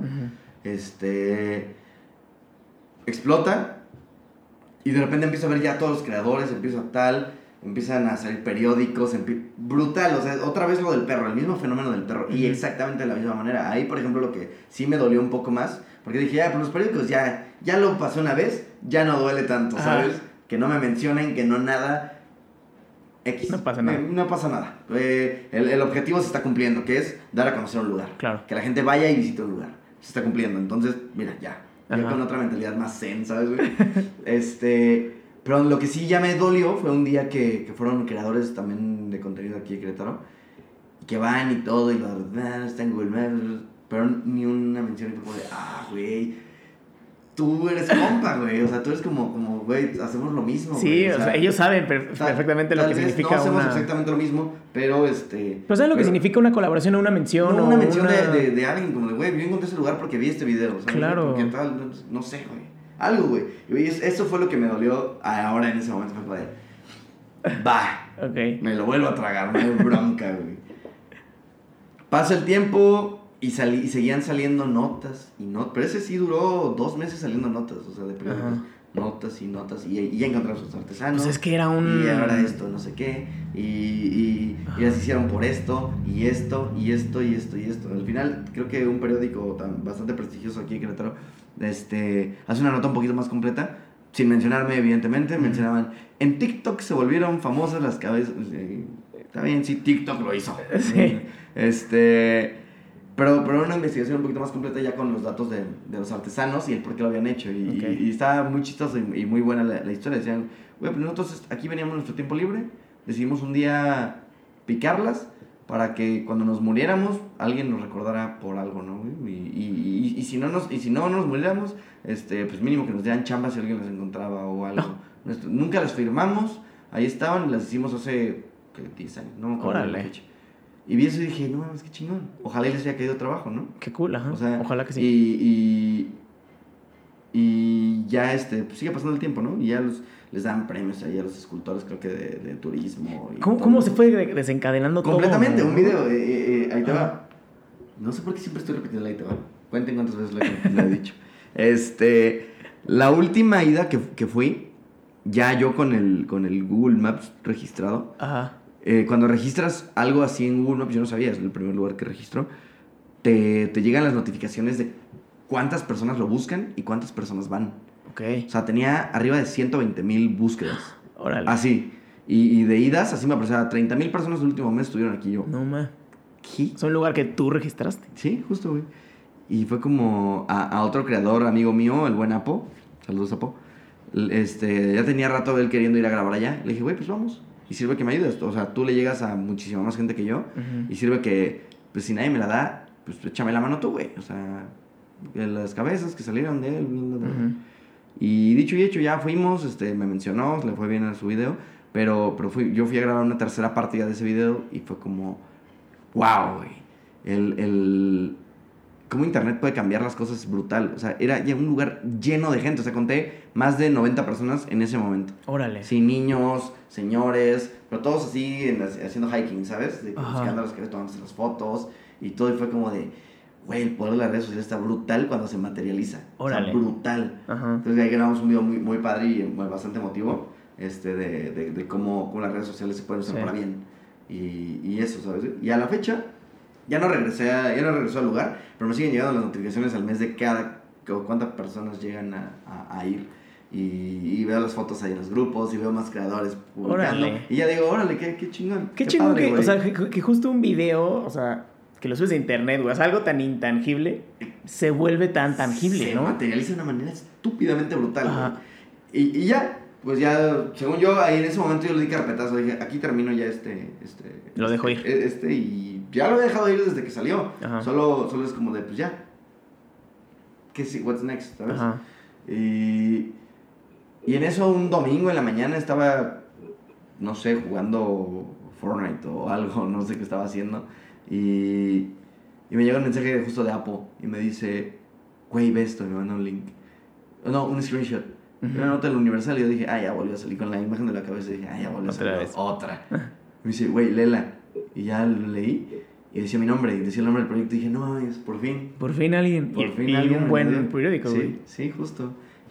Explota y de repente empiezo a ver ya todos los creadores, empiezan a salir periódicos, brutal, o sea, otra vez lo del perro, el mismo fenómeno del perro, y exactamente de la misma manera. Ahí, por ejemplo, lo que sí me dolió un poco más, porque dije, ya, pues los periódicos ya lo pasé una vez, ya no duele tanto, ¿sabes? Que no me mencionen, que no nada, X. No pasa nada. No pasa nada. El objetivo se está cumpliendo, que es dar a conocer un lugar. Claro. Que la gente vaya y visite un lugar. Se está cumpliendo, entonces, mira, ya con otra mentalidad más zen, ¿sabes, güey? Pero lo que sí ya me dolió fue un día que fueron creadores también de contenido aquí de Querétaro, que van y todo, y la verdad está en Google Maps, pero ni una mención, y fue como de, güey, tú eres compa, güey, o sea, tú eres como güey, hacemos lo mismo, sí, güey, o sea, ellos saben perfectamente lo que significa no hacemos exactamente lo mismo, pero Pero ¿sabes lo que significa una colaboración o una mención? No, una mención de alguien, como de, güey, yo encontré ese lugar porque vi este video, ¿sabes? Claro. Porque tal, no sé, güey. Algo, güey. Y eso fue lo que me dolió ahora en ese momento. Fue de, okay. Me lo vuelvo a tragar, no hay bronca, güey. Pasa el tiempo y seguían saliendo notas y notas. Pero ese sí duró 2 meses saliendo notas, o sea, de periódicos. Notas y notas, y ya encontramos a sus artesanos. Pues es que era Y ahora esto, no sé qué. Y las hicieron por esto, y esto, y esto, y esto, y esto. Al final, creo que un periódico bastante prestigioso aquí en Querétaro hace una nota un poquito más completa, sin mencionarme, evidentemente. Mencionaban, en TikTok se volvieron famosas las cabezas. Está bien, sí, TikTok lo hizo. Sí. Pero una investigación un poquito más completa ya con los datos de los artesanos y el por qué lo habían hecho. Y estaba muy chistoso y muy buena la historia. Decían, güey, pues nosotros aquí veníamos nuestro tiempo libre, decidimos un día picarlas, para que cuando nos muriéramos alguien nos recordara por algo, ¿no? Y si no nos muriéramos, pues mínimo que nos dieran chambas si alguien las encontraba o algo. Nunca las firmamos, ahí estaban y las hicimos hace 10 años, no me acuerdo de la fecha. Y vi eso y dije, no mames, qué chingón. Ojalá les haya caído trabajo, ¿no? Qué cool, ajá. O sea, ojalá que sí. Y ya pues sigue pasando el tiempo, ¿no? Y ya les dan premios ahí a los escultores, creo que de turismo. Y ¿Cómo se fue desencadenando completamente, todo? Completamente, un video, ahí te va. No sé por qué siempre estoy repitiendo ahí te va. Cuenten cuántas veces lo he dicho. La última ida que fui, ya yo con el Google Maps registrado. Ajá. Cuando registras algo así en Google Maps, yo no sabía, es el primer lugar que registro, te llegan las notificaciones de cuántas personas lo buscan y cuántas personas van. Ok. O sea, tenía arriba de 120,000 búsquedas. Órale. Así. Y de idas, así me aparecía, 30,000 personas el último mes estuvieron aquí yo. No, ma. ¿Qué? Es un lugar que tú registraste. Sí, justo, güey. Y fue como a otro creador, amigo mío, el buen Apo. Saludos, Apo. Ya tenía rato él queriendo ir a grabar allá. Le dije, güey, pues vamos. Y sirve que me ayudes. O sea, tú le llegas a muchísima más gente que yo. Uh-huh. Y sirve que, pues si nadie me la da, pues échame la mano tú, güey. O sea, las cabezas que salieron de él. Uh-huh. Y dicho y hecho, ya fuimos. Me mencionó, le fue bien a su video. Pero yo fui a grabar una tercera parte ya de ese video. Y fue como, wow, güey. Cómo internet puede cambiar las cosas es brutal. O sea, era ya un lugar lleno de gente. O sea, conté más de 90 personas en ese momento. Órale. Sí, niños, señores, pero todos así haciendo hiking, ¿sabes? Buscando las calles, tomándose las fotos y todo. Y fue como de, güey, el poder de las redes sociales está brutal cuando se materializa. Órale. O sea, brutal. Ajá. Entonces ahí grabamos un video muy, muy padre y bastante emotivo de cómo las redes sociales se pueden usar para bien. Y eso, ¿sabes? Y a la fecha... Ya no regresé al lugar, pero me siguen llegando las notificaciones al mes de cuántas personas llegan a ir. Y veo las fotos ahí en los grupos y veo más creadores publicando. Órale. Y ya digo, órale, qué chingón. Qué chingón padre, que, o sea, que justo un video, o sea, que lo subes a internet, güey, o sea, algo tan intangible se vuelve tan tangible, ¿no? Se materializa de una manera estúpidamente brutal. Ajá. Y ya, pues ya, según yo, ahí en ese momento yo le di carpetazo. Dije, aquí termino ya Lo dejo ir. Y ya lo he dejado ir desde que salió. Ajá. Solo es como de, pues ya. What's next, ¿sabes? Ajá. Y en eso un domingo en la mañana estaba, no sé, jugando Fortnite o algo, no sé qué estaba haciendo. Y me llega un mensaje justo de Apo y me dice, güey, ve esto, y me manda un link. No, un screenshot. Una nota del Universal y yo dije, ya volvió a salir con la imagen de la cabeza y dije, ya volvió a salir otra. Me dice, güey, léela. Y ya lo leí y decía mi nombre y decía el nombre del proyecto y dije, no, es por fin. Por fin alguien. Y un buen periódico, güey. Sí, justo.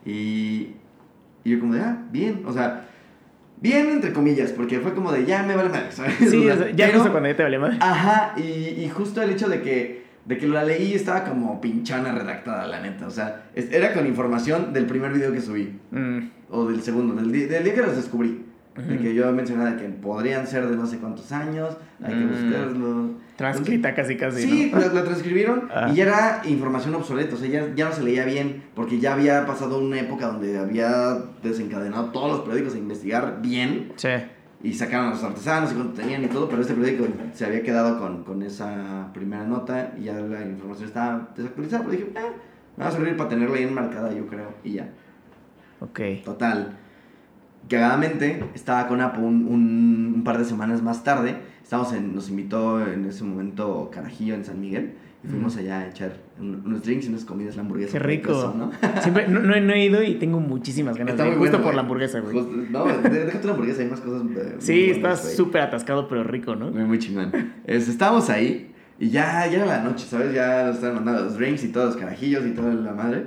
Y yo como de, bien, o sea, bien entre comillas, porque fue como de, ya me vale madre, ¿sabes? Sí, o sea, ya justo cuando ya te vale madre. Ajá, y justo el hecho de que la leí estaba como pinchona redactada, la neta. O sea, era con información del primer video que subí. O del segundo, del día que los descubrí. De que yo mencionaba que podrían ser de no sé cuántos años, hay que buscarlos. Transcrita entonces, casi, sí, ¿no? la transcribieron y ya era información obsoleta. O sea, ya no se leía bien, porque ya había pasado una época donde había desencadenado todos los periódicos a investigar bien. Sí. Y sacaron a los artesanos y cuánto tenían y todo, pero este periódico se había quedado con esa primera nota y ya la información estaba desactualizada. Pero dije, me va a servir para tenerla ahí enmarcada, yo creo, y ya. Ok. Total. Cagadamente, estaba con Apo un par de semanas más tarde. Nos invitó en ese momento Carajillo en San Miguel. Y fuimos allá a echar unos drinks y unas comidas, la hamburguesa. Qué rico, queso, ¿no? Siempre, no he ido y tengo muchísimas ganas de ir. Justo por la hamburguesa, güey. No, déjate la hamburguesa, hay más cosas. Sí, está súper atascado, pero rico, ¿no? Muy chingón. Estábamos ahí y ya era la noche, ¿sabes? Ya nos estaban mandando los drinks y todos los carajillos y toda la madre.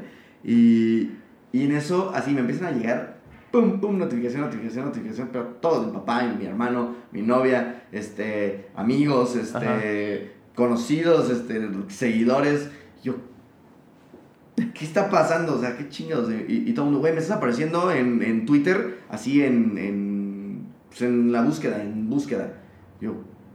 Y en eso, así me empiezan a llegar, pum, notificación, pero todos, mi papá, mi hermano, mi novia, amigos, conocidos, seguidores. Yo, ¿qué está pasando? O sea, qué chingados. Y todo el mundo, güey, me estás apareciendo en Twitter, así pues en la búsqueda, Yo,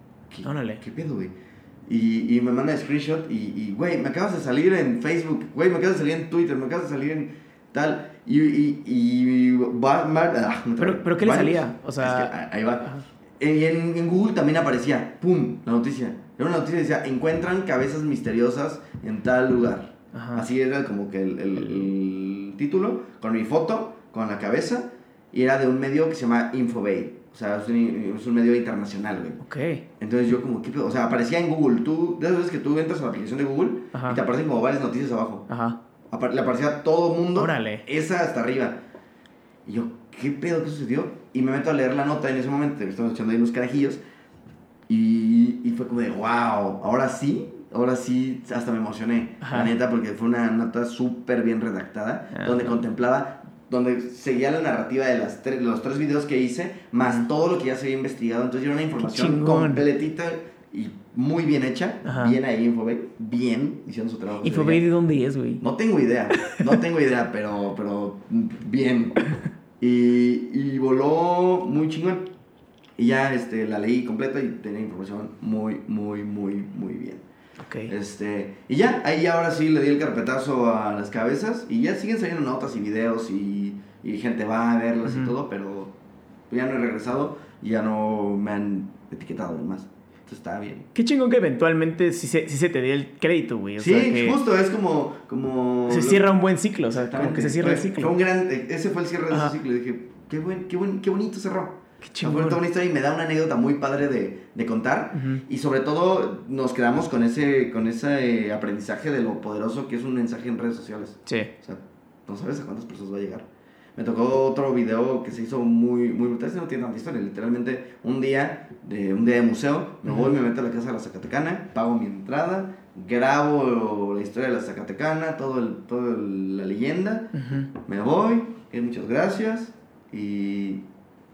¿qué pedo, güey? Y me manda screenshot y, güey, me acabas de salir en Facebook, güey, me acabas de salir en Twitter, me acabas de salir en tal. ¿Pero qué le salía? O sea... Es que ahí va. Y en Google también aparecía, ¡pum!, la noticia. Era una noticia que decía, encuentran cabezas misteriosas en tal lugar. Ajá. Así era como que el título, con mi foto, con la cabeza, y era de un medio que se llama Infobay. O sea, es un medio internacional, güey. Ok. Entonces yo como, ¿qué pedo? O sea, aparecía en Google. De esas veces que tú entras a la aplicación de Google, ajá, y te aparecen como varias noticias abajo. Ajá. Le aparecía a todo mundo. Órale. Esa hasta arriba. Y yo, ¿qué pedo? ¿Qué sucedió? Y me meto a leer la nota en ese momento. Estamos echando ahí unos carajillos. Y fue como de, wow, ahora sí, hasta me emocioné. Ajá. La neta, porque fue una nota súper bien redactada. Ajá. Donde seguía la narrativa de los 3 videos que hice, más todo lo que ya se había investigado. Entonces era una información completita y muy bien hecha. Ajá. Bien ahí, Infobay. Bien, hicieron su trabajo. ¿Infobay de dónde es, güey? No tengo idea, pero bien. Y voló muy chingón. Y ya la leí completa y tenía información muy, muy, muy, muy bien. Okay. Y ya, ahí ahora sí le di el carpetazo a las cabezas y ya siguen saliendo notas y videos y gente va a verlos, uh-huh, y todo, pero ya no he regresado y ya no me han etiquetado más. Entonces está bien. Qué chingón que eventualmente sí se te dé el crédito, güey. Sí, sea que justo, es como se cierra un buen ciclo, o sea, como que se cierra el ciclo. Ese fue el cierre de ese ciclo y dije, qué bonito cerró. Qué chingón. Fue toda una historia y me da una anécdota muy padre de contar. Uh-huh. Y sobre todo nos quedamos con ese aprendizaje de lo poderoso que es un mensaje en redes sociales. Sí. O sea, no sabes a cuántas personas va a llegar. Me tocó otro video que se hizo muy, muy brutal. Este no tiene tanta historia. Literalmente un día de museo, me voy, me meto a la casa de la Zacatecana, pago mi entrada, grabo la historia de la Zacatecana, toda la leyenda. Uh-huh. Me voy, muchas gracias y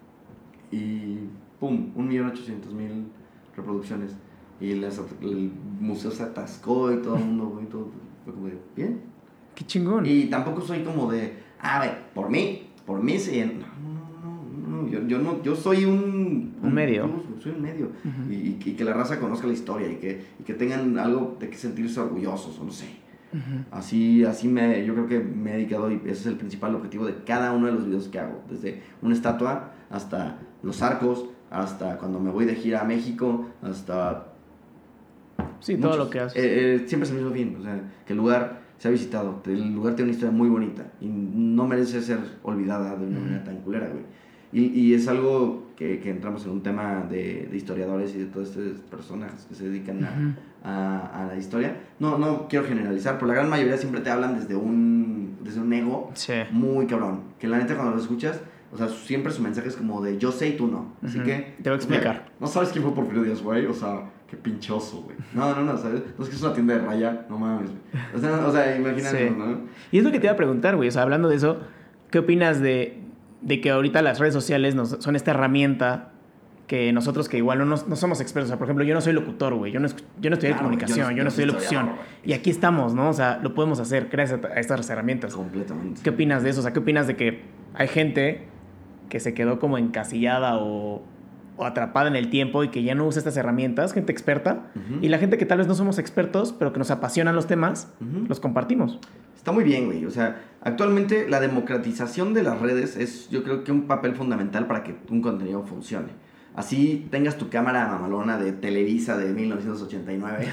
pum, 1.800.000 reproducciones. Y el museo se atascó y todo el mundo, güey, todo fue como de, bien. Qué chingón. Y tampoco soy como de, por mí sí. No, yo soy un medio. Soy un medio. Uh-huh. Y que la raza conozca la historia y que tengan algo de que sentirse orgullosos, o no sé. Uh-huh. Así yo creo que me he dedicado, y ese es el principal objetivo de cada uno de los videos que hago, desde una estatua hasta los arcos, hasta cuando me voy de gira a México, hasta sí, muchos. Todo lo que haces. Siempre es el mismo fin, o sea, que el lugar se ha visitado, el lugar tiene una historia muy bonita y no merece ser olvidada de una manera tan culera, güey. Y es algo que entramos en un tema de historiadores y de todas estas personas que se dedican a la historia. No quiero generalizar, pero la gran mayoría siempre te hablan desde un ego, sí, muy cabrón. Que la neta cuando lo escuchas, o sea, siempre su mensaje es como de yo sé y tú no. Así que te voy a explicar. No sabes quién fue Porfirio Díaz, güey. O sea, qué pinchoso, güey. No, ¿sabes? No es que es una tienda de raya, no mames, güey. O sea, imagínate, sí, ¿no? Y es lo que te iba a preguntar, güey. O sea, hablando de eso, ¿qué opinas de que ahorita las redes sociales son esta herramienta que nosotros que igual no somos expertos? O sea, por ejemplo, yo no soy locutor, güey. Yo no estudié comunicación, yo no estudié locución. Y aquí estamos, ¿no? O sea, lo podemos hacer gracias a estas herramientas. Completamente. ¿Qué opinas de eso? O sea, ¿qué opinas de que hay gente que se quedó como encasillada o atrapada en el tiempo y que ya no usa estas herramientas, gente experta, uh-huh, y la gente que tal vez no somos expertos, pero que nos apasionan los temas, uh-huh, los compartimos? Está muy bien, güey. O sea, actualmente la democratización de las redes es, yo creo que un papel fundamental para que un contenido funcione. Así tengas tu cámara mamalona de Televisa de 1989,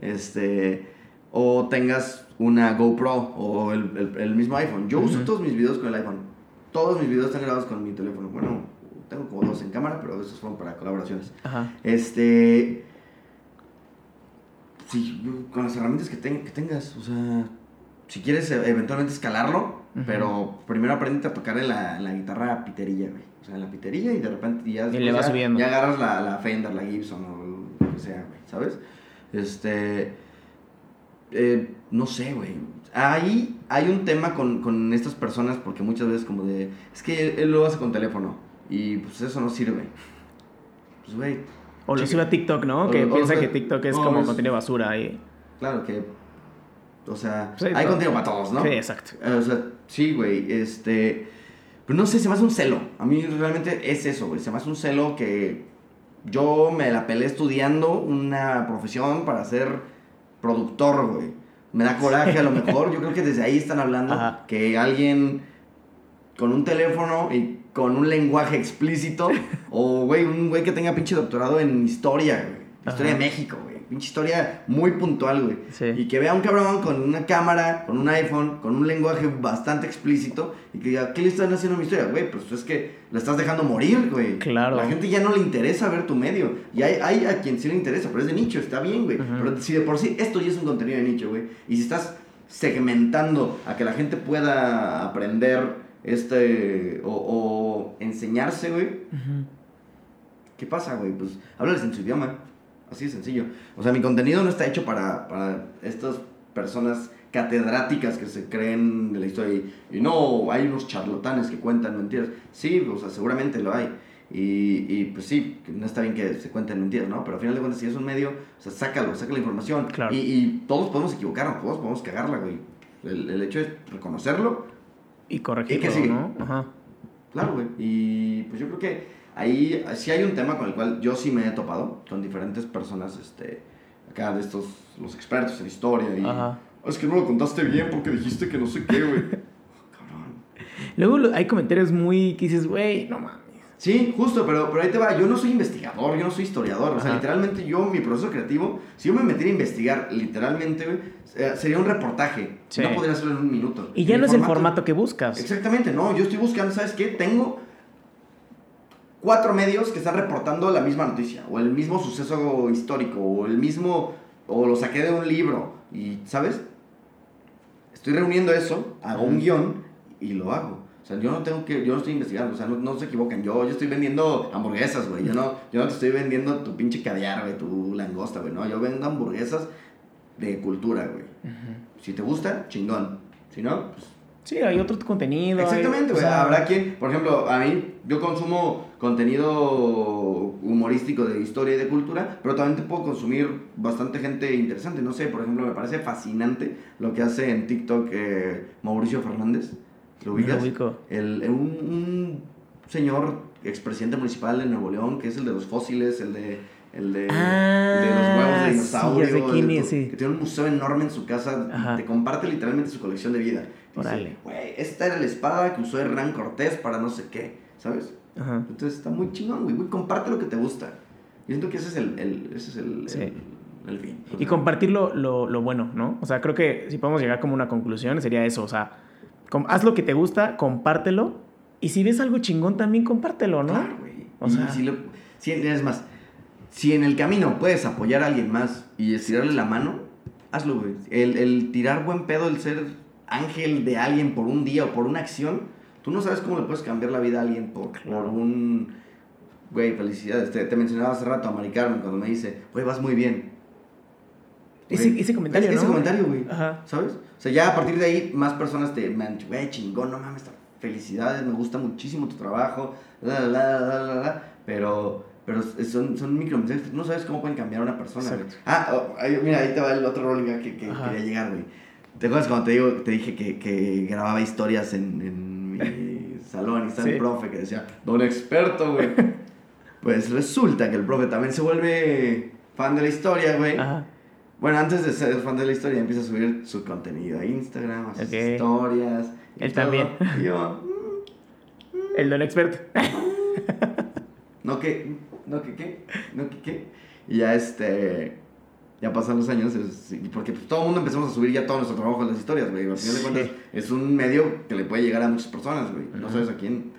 o tengas una GoPro o el mismo iPhone. Yo uso todos mis videos con el iPhone. Todos mis videos están grabados con mi teléfono. Bueno, tengo como 2 en cámara, pero esos fueron para colaboraciones. Ajá. Sí, con las herramientas que tengas, o sea, si quieres eventualmente escalarlo, uh-huh, pero primero aprende a tocar en la guitarra piterilla, güey. O sea, en la piterilla y de repente ya le vas subiendo. Ya agarras la Fender, la Gibson o lo que sea, güey, ¿sabes? No sé, güey. Ahí hay un tema con estas personas porque muchas veces como de, es que él lo hace con teléfono y pues eso no sirve. Pues, güey. O lo sube a TikTok, ¿no? Que piensa que TikTok es como contenido basura ahí. Claro que, o sea, sí, hay contenido para todos, ¿no? Sí, exacto. O sea, sí, güey, pues no sé, se me hace un celo. A mí realmente es eso, güey. Se me hace un celo que yo me la peleé estudiando una profesión para ser productor, güey. Me da coraje a lo mejor. Yo creo que desde ahí están hablando. Ajá. Que alguien con un teléfono y con un lenguaje explícito, o, güey, un güey que tenga pinche doctorado en historia, güey. Historia de México, güey. Pinche historia muy puntual, güey. Sí. Y que vea a un cabrón con una cámara, con un iPhone, con un lenguaje bastante explícito, y que diga, ¿qué le están haciendo a mi historia? Güey, pues es que la estás dejando morir, güey. Claro. La gente ya no le interesa ver tu medio. Y hay a quien sí le interesa, pero es de nicho, está bien, güey. Pero si de por sí esto ya es un contenido de nicho, güey. Y si estás segmentando a que la gente pueda aprender o enseñarse, güey. ¿Qué pasa, güey? Pues háblales en su idioma. Así de sencillo. O sea, mi contenido no está hecho para estas personas catedráticas que se creen de la historia. Y no, hay unos charlatanes que cuentan mentiras. Sí, o sea, seguramente lo hay. Y pues sí, que no está bien que se cuenten mentiras, ¿no? Pero al final de cuentas, si es un medio, o sea, saca la información. Claro. Y todos podemos equivocarnos, todos podemos cagarla, güey. El hecho es reconocerlo. Y corregirlo, ¿Y qué sigue? ¿no? Ajá. Claro, güey. Y pues yo creo que ahí sí hay un tema con el cual yo sí me he topado con diferentes personas, acá de estos, los expertos en historia. Y, Ajá. es que no lo contaste bien porque dijiste que no sé qué, güey. Cabrón. Luego hay comentarios muy que dices, güey, no mames. Sí, justo, pero ahí te va. Yo no soy investigador, yo no soy historiador. O sea, literalmente mi proceso creativo, si yo me metiera a investigar, literalmente, güey, sería un reportaje. Sí. No podría hacerlo en un minuto. Y ya no es el formato que buscas. Exactamente, no. Yo estoy buscando, ¿sabes qué? Tengo 4 medios que están reportando la misma noticia, o el mismo suceso histórico, o lo saqué de un libro. Y, ¿sabes? Estoy reuniendo eso, hago un guión y lo hago. O sea, yo no estoy investigando, o sea, no se equivocan. Yo estoy vendiendo hamburguesas, güey. Yo no te estoy vendiendo tu pinche caviar, güey, tu langosta, güey. No, yo vendo hamburguesas de cultura, güey. Si te gusta, chingón. Si no, pues... Sí, hay otro contenido. Exactamente, güey. O sea, habrá quien, por ejemplo, a mí, yo consumo contenido humorístico de historia y de cultura, pero también te puedo consumir bastante gente interesante. No sé, por ejemplo, me parece fascinante lo que hace en TikTok Mauricio Fernández. ¿Lo ubicas? Lo ubico. Un señor expresidente municipal de Nuevo León, que es el de los fósiles, el de los huevos de dinosaurio, sí, ya sé quién es, sí. que tiene un museo enorme en su casa. Ajá. Y te comparte literalmente su colección de vida. Órale. Güey, esta era la espada que usó Hernán Cortés para no sé qué, ¿sabes? Ajá. Entonces está muy chingón, güey. Comparte lo que te gusta. Y siento que ese es el fin. Y compartir lo bueno, ¿no? O sea, creo que si podemos llegar como una conclusión sería eso, o sea, haz lo que te gusta, compártelo, y si ves algo chingón también compártelo, ¿no? Claro, güey. O sea, es más, si en el camino puedes apoyar a alguien más y estirarle la mano, hazlo, güey. El tirar buen pedo, el ser ángel de alguien por un día o por una acción, tú no sabes cómo le puedes cambiar la vida a alguien por un... Güey, felicidades. Te mencionaba hace rato a Mari Carmen cuando me dice, güey, vas muy bien. Ese comentario, ¿no? Ese comentario, güey. Ajá. ¿Sabes? O sea, ya a partir de ahí, más personas me han dicho, güey, chingón, no mames, felicidades, me gusta muchísimo tu trabajo, pero son micromensajes que no sabes cómo pueden cambiar a una persona, güey. Mira, ahí te va el otro rolling que quería llegar, güey. ¿Te acuerdas cuando te dije que grababa historias en mi salón y estaba el profe que decía, don experto, güey? Pues resulta que el profe también se vuelve fan de la historia, güey. Ajá. Bueno, antes de ser fan de la historia, empieza a subir su contenido a Instagram, a sus historias. Él también. Y yo... el don experto. No que qué. Y ya ya pasan los años, porque pues, todo el mundo empezamos a subir ya todo nuestro trabajo en las historias, güey. Al final de cuentas, es un medio que le puede llegar a muchas personas, güey. No sabes a quién.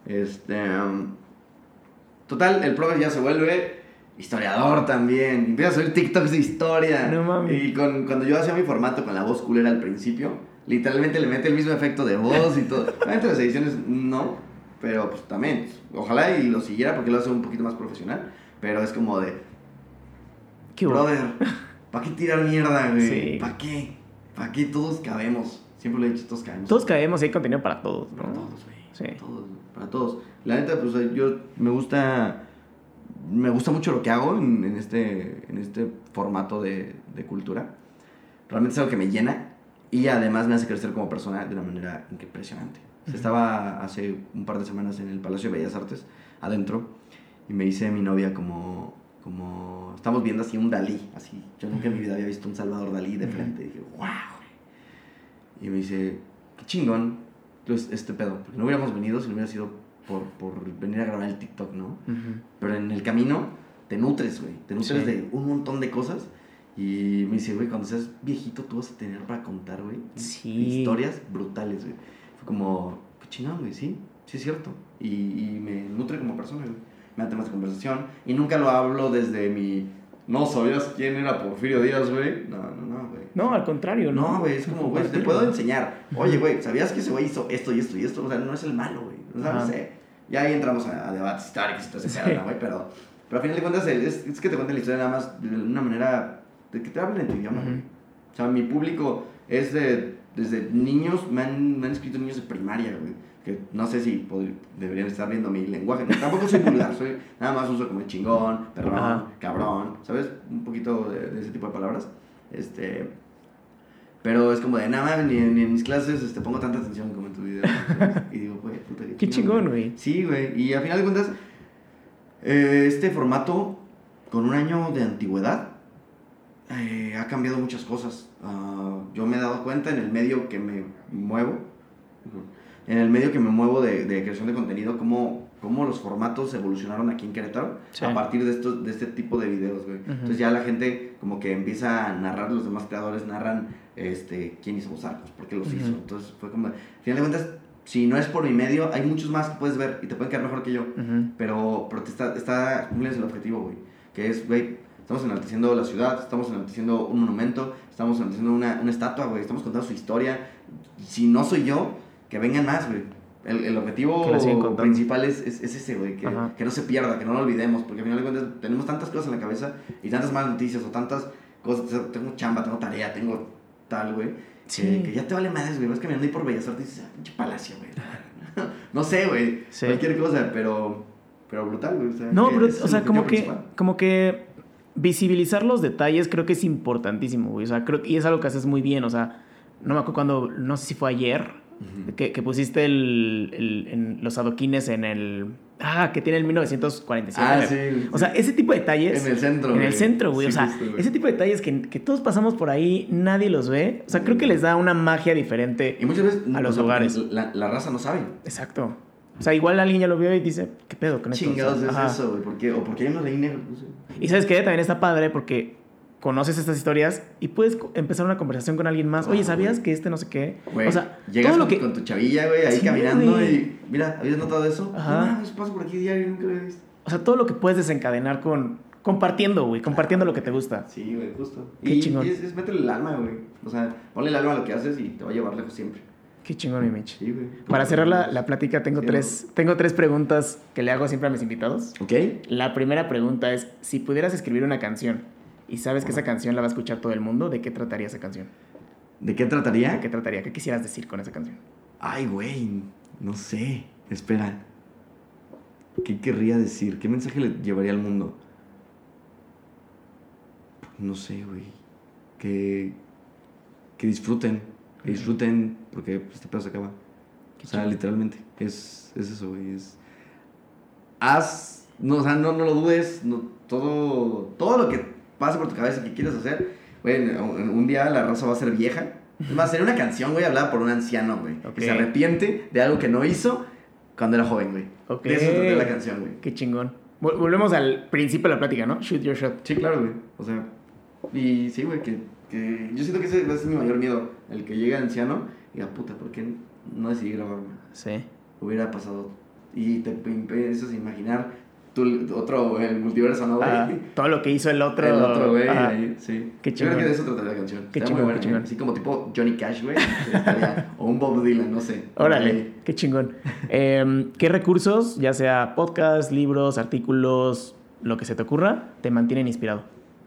Total, el profe ya se vuelve historiador también. Empieza a subir TikToks de historia. No mames. Y cuando yo hacía mi formato con la voz culera al principio, literalmente le mete el mismo efecto de voz y todo. Obviamente las ediciones no, pero pues también. Ojalá y lo siguiera porque lo hace un poquito más profesional. Pero es como de... Brother, ¿para qué tirar mierda, güey? Sí. ¿Para qué? ¿Para qué? Todos cabemos. Siempre lo he dicho, todos cabemos. Todos cabemos y hay contenido para todos, ¿no? Para todos, güey. Sí. Para todos. La neta, pues yo me gusta mucho lo que hago en este formato de cultura. Realmente es algo que me llena y además me hace crecer como persona de una manera impresionante. Estaba hace un par de semanas en el Palacio de Bellas Artes, adentro, y me dice mi novia como estamos viendo así un Dalí, así. Yo nunca en mi vida había visto un Salvador Dalí de frente. Y dije, wow. Y me dice, qué chingón este pedo. Porque no hubiéramos venido si no hubiera sido por venir a grabar el TikTok, ¿no? Uh-huh. Pero en el camino te nutres, güey. Te nutres de un montón de cosas. Y me dice, güey, cuando seas viejito tú vas a tener para contar, güey. Sí. Historias brutales, güey. Fue como, qué chingón, güey, sí es cierto. Y me nutre como persona, güey. Me da temas de conversación. Y nunca lo hablo desde mi... No, ¿sabías quién era Porfirio Díaz, güey? No, güey. No, al contrario, ¿no? No, güey, es como, güey, te puedo enseñar. Oye, güey, ¿sabías que ese güey hizo esto y esto y esto? O sea, no es el malo, güey. O sea, no sé. Ya ahí entramos a debates históricos y todo ese pedo, güey, pero al final de cuentas es que te cuenten la historia nada más de una manera de que te hablen en tu idioma, güey. O sea, mi público es desde niños, me han escrito niños de primaria, güey. Que no sé si deberían estar viendo mi lenguaje. No, tampoco soy vulgar, nada más uso como el chingón, perrón, cabrón, ¿sabes? Un poquito de ese tipo de palabras. Pero es como de nada más, ni en mis clases pongo tanta atención como en tu video. ¿Sabes? Y digo, güey, puta, qué chingón, güey. Sí, güey. Y al final de cuentas, este formato, con un año de antigüedad, ha cambiado muchas cosas. Yo me he dado cuenta en el medio que me muevo. En el medio que me muevo de creación de contenido, cómo los formatos evolucionaron aquí en Querétaro a partir de este tipo de videos, güey. Entonces ya la gente como que empieza a narrar, los demás creadores narran quién hizo los arcos, por qué los hizo. Entonces fue como, al final de cuentas, si no es por mi medio, hay muchos más que puedes ver y te pueden quedar mejor que yo. Pero te está cumpliendo el objetivo, güey. Que es, güey, estamos enalteciendo la ciudad, estamos enalteciendo un monumento, estamos enalteciendo una estatua, güey. Estamos contando su historia. Si no soy yo, que vengan más, güey. El objetivo principal es ese, güey. Que no se pierda, que no lo olvidemos. Porque al final de cuentas tenemos tantas cosas en la cabeza y tantas malas noticias o tantas cosas. Tengo chamba, tengo tarea, tengo tal, güey. Que ya te vale madres, güey. Vas caminando ahí por Bellas Artes y dices, pinche palacio, güey. No sé, güey. Cualquier cosa, pero brutal, güey. O sea, no, pero, o sea, como que visibilizar los detalles creo que es importantísimo, güey. O sea, y es algo que haces muy bien. O sea, no me acuerdo cuando, no sé si fue ayer, que pusiste en los adoquines en el... que tiene el 1947. Sí. O sea, ese tipo de detalles... En el centro. En el centro, güey. Sí, o sea, justo, güey. Ese tipo de detalles que todos pasamos por ahí, nadie los ve. O sea, creo que les da una magia diferente y muchas veces, a los hogares. La raza no sabe. Exacto. O sea, igual alguien ya lo vio y dice, ¿qué pedo con esto? Chingados es eso, güey. O porque hay una ley negra. No sé. Y ¿sabes qué? También está padre porque conoces estas historias y puedes empezar una conversación con alguien más. Oye, ¿sabías que no sé qué? Güey, o sea, llegas con tu chavilla, güey, ahí caminando y... Mira, ¿habías notado eso? Ajá. No, eso pasa por aquí diario, nunca lo he visto. O sea, todo lo que puedes desencadenar compartiendo, güey. Compartiendo lo que te gusta. Sí, güey, justo. Qué chingón. Y es métele el alma, güey. O sea, ponle el alma a lo que haces y te va a llevar lejos siempre. Qué chingón, mi Mitch. Sí, güey. Para cerrar la plática, tengo tres preguntas que le hago siempre a mis invitados. Ok. La primera pregunta es, si pudieras escribir una canción y sabes que esa canción la va a escuchar todo el mundo, ¿de qué trataría esa canción? ¿De qué trataría? ¿De qué trataría? ¿Qué quisieras decir con esa canción? Ay, güey, no sé. Espera. ¿Qué querría decir? ¿Qué mensaje le llevaría al mundo? No sé, güey. Que disfruten. Que disfruten porque este pedo se acaba. O sea, literalmente. Es eso, güey. No, o sea, no lo dudes. No, todo lo que pase por tu cabeza que quieres hacer, güey, un día la raza va a ser vieja. Es más, sería una canción, güey, hablada por un anciano, güey. Okay. Que se arrepiente de algo que no hizo cuando era joven, güey. Okay. De eso trataría la canción, güey. Qué chingón. Volvemos al principio de la plática, ¿no? Shoot your shot. Sí, claro, güey. O sea, y sí, güey, que yo siento que ese es mi mayor miedo. El que llegue anciano y diga, puta, ¿por qué no decidí grabarme? Sí. Hubiera pasado. Y te empiezas a imaginar el multiverso, ¿no, güey? Todo lo que hizo el otro. El otro, güey, sí. Qué chingón. Yo creo que de eso trataría la canción. Qué chingón, muy buena, así como tipo Johnny Cash, güey. O un Bob Dylan, no sé. Órale, qué chingón. ¿Qué recursos, ya sea podcast, libros, artículos, lo que se te ocurra, te mantienen inspirado?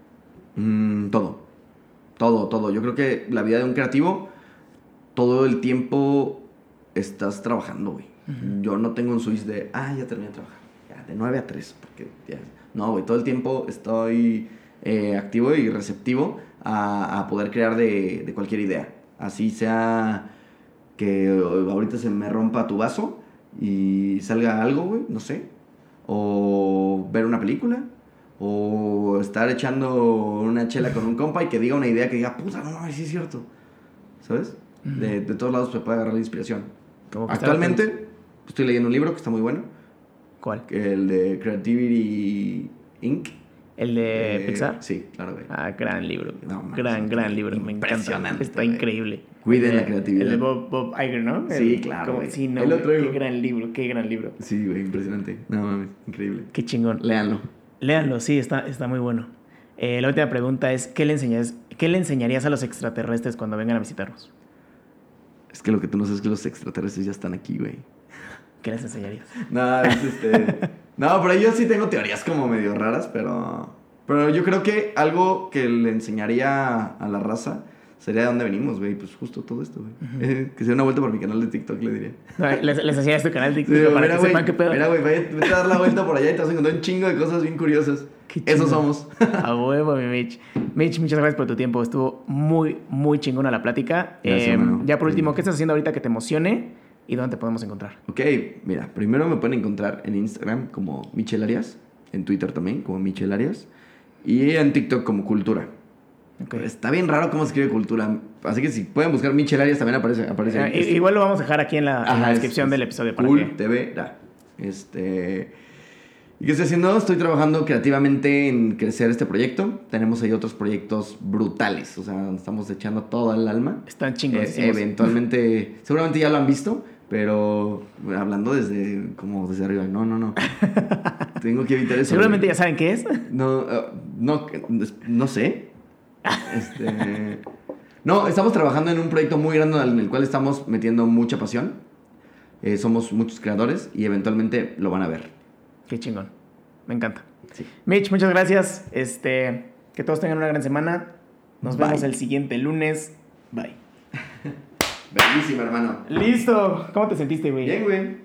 Todo. Yo creo que la vida de un creativo, todo el tiempo estás trabajando, güey. Yo no tengo un switch de, ya terminé de trabajar. De 9 a 3, porque ya... No, güey, todo el tiempo estoy activo y receptivo a poder crear de cualquier idea. Así sea que ahorita se me rompa tu vaso y salga algo, güey, no sé. O ver una película. O estar echando una chela con un compa y que diga una idea que diga, puta, no, sí es cierto. ¿Sabes? De todos lados se puede agarrar la inspiración. Actualmente, estoy leyendo un libro que está muy bueno. ¿Cuál? El de Creativity Inc. ¿El de Pixar? Sí, claro, güey. Gran libro. No, man, gran libro. Me encanta. impresionante, Está güey. increíble. Cuiden la creatividad. El de Bob Iger, ¿no? Sí, claro, güey. Sí, no, Ahí lo traigo. qué gran libro. Sí, güey, impresionante. No mames, increíble. Qué chingón. Léanlo. Léanlo, sí, está muy bueno. La última pregunta es, ¿qué le enseñarías a los extraterrestres cuando vengan a visitarnos? Es que lo que tú no sabes es que los extraterrestres ya están aquí, güey. ¿Qué les enseñarías? No, No, pero yo sí tengo teorías como medio raras, pero yo creo que algo que le enseñaría a la raza sería de dónde venimos, güey. Pues justo todo esto, güey. Que se dé una vuelta por mi canal de TikTok, le diría. No, les enseñarías tu canal de TikTok Sí, para mira, que güey, sepan qué pedo. Mira, güey, vete a dar la vuelta por allá y te vas a encontrar un chingo de cosas bien curiosas. Qué Eso chingón. somos. A huevo, mi Mitch. Mitch, muchas gracias por tu tiempo. Estuvo muy, muy chingona la plática. Gracias, hermano. Ya por último, ¿qué estás haciendo ahorita que te emocione? ¿Y dónde te podemos encontrar? Ok, mira, primero me pueden encontrar en Instagram como Michel Arias, en Twitter también como Michel Arias, y en TikTok como Cultura. Okay. Está bien raro cómo se escribe Cultura, así que si pueden buscar Michel Arias también aparece ahí. Igual lo vamos a dejar aquí en la descripción del episodio. Para Cool que... TV, ¿Y qué estoy haciendo? Estoy trabajando creativamente en crecer este proyecto. Tenemos ahí otros proyectos brutales. O sea, estamos echando todo el alma. Están chingones. Eventualmente, seguramente ya lo han visto, pero hablando desde arriba. No. Tengo que evitar eso. Seguramente ya saben qué es. No sé. No, estamos trabajando en un proyecto muy grande en el cual estamos metiendo mucha pasión. Somos muchos creadores y eventualmente lo van a ver. Qué chingón. Me encanta. Sí. Mitch, muchas gracias. Que todos tengan una gran semana. Nos vemos el siguiente lunes. Bye. Bellísimo, hermano. Listo. ¿Cómo te sentiste, güey? Bien, güey.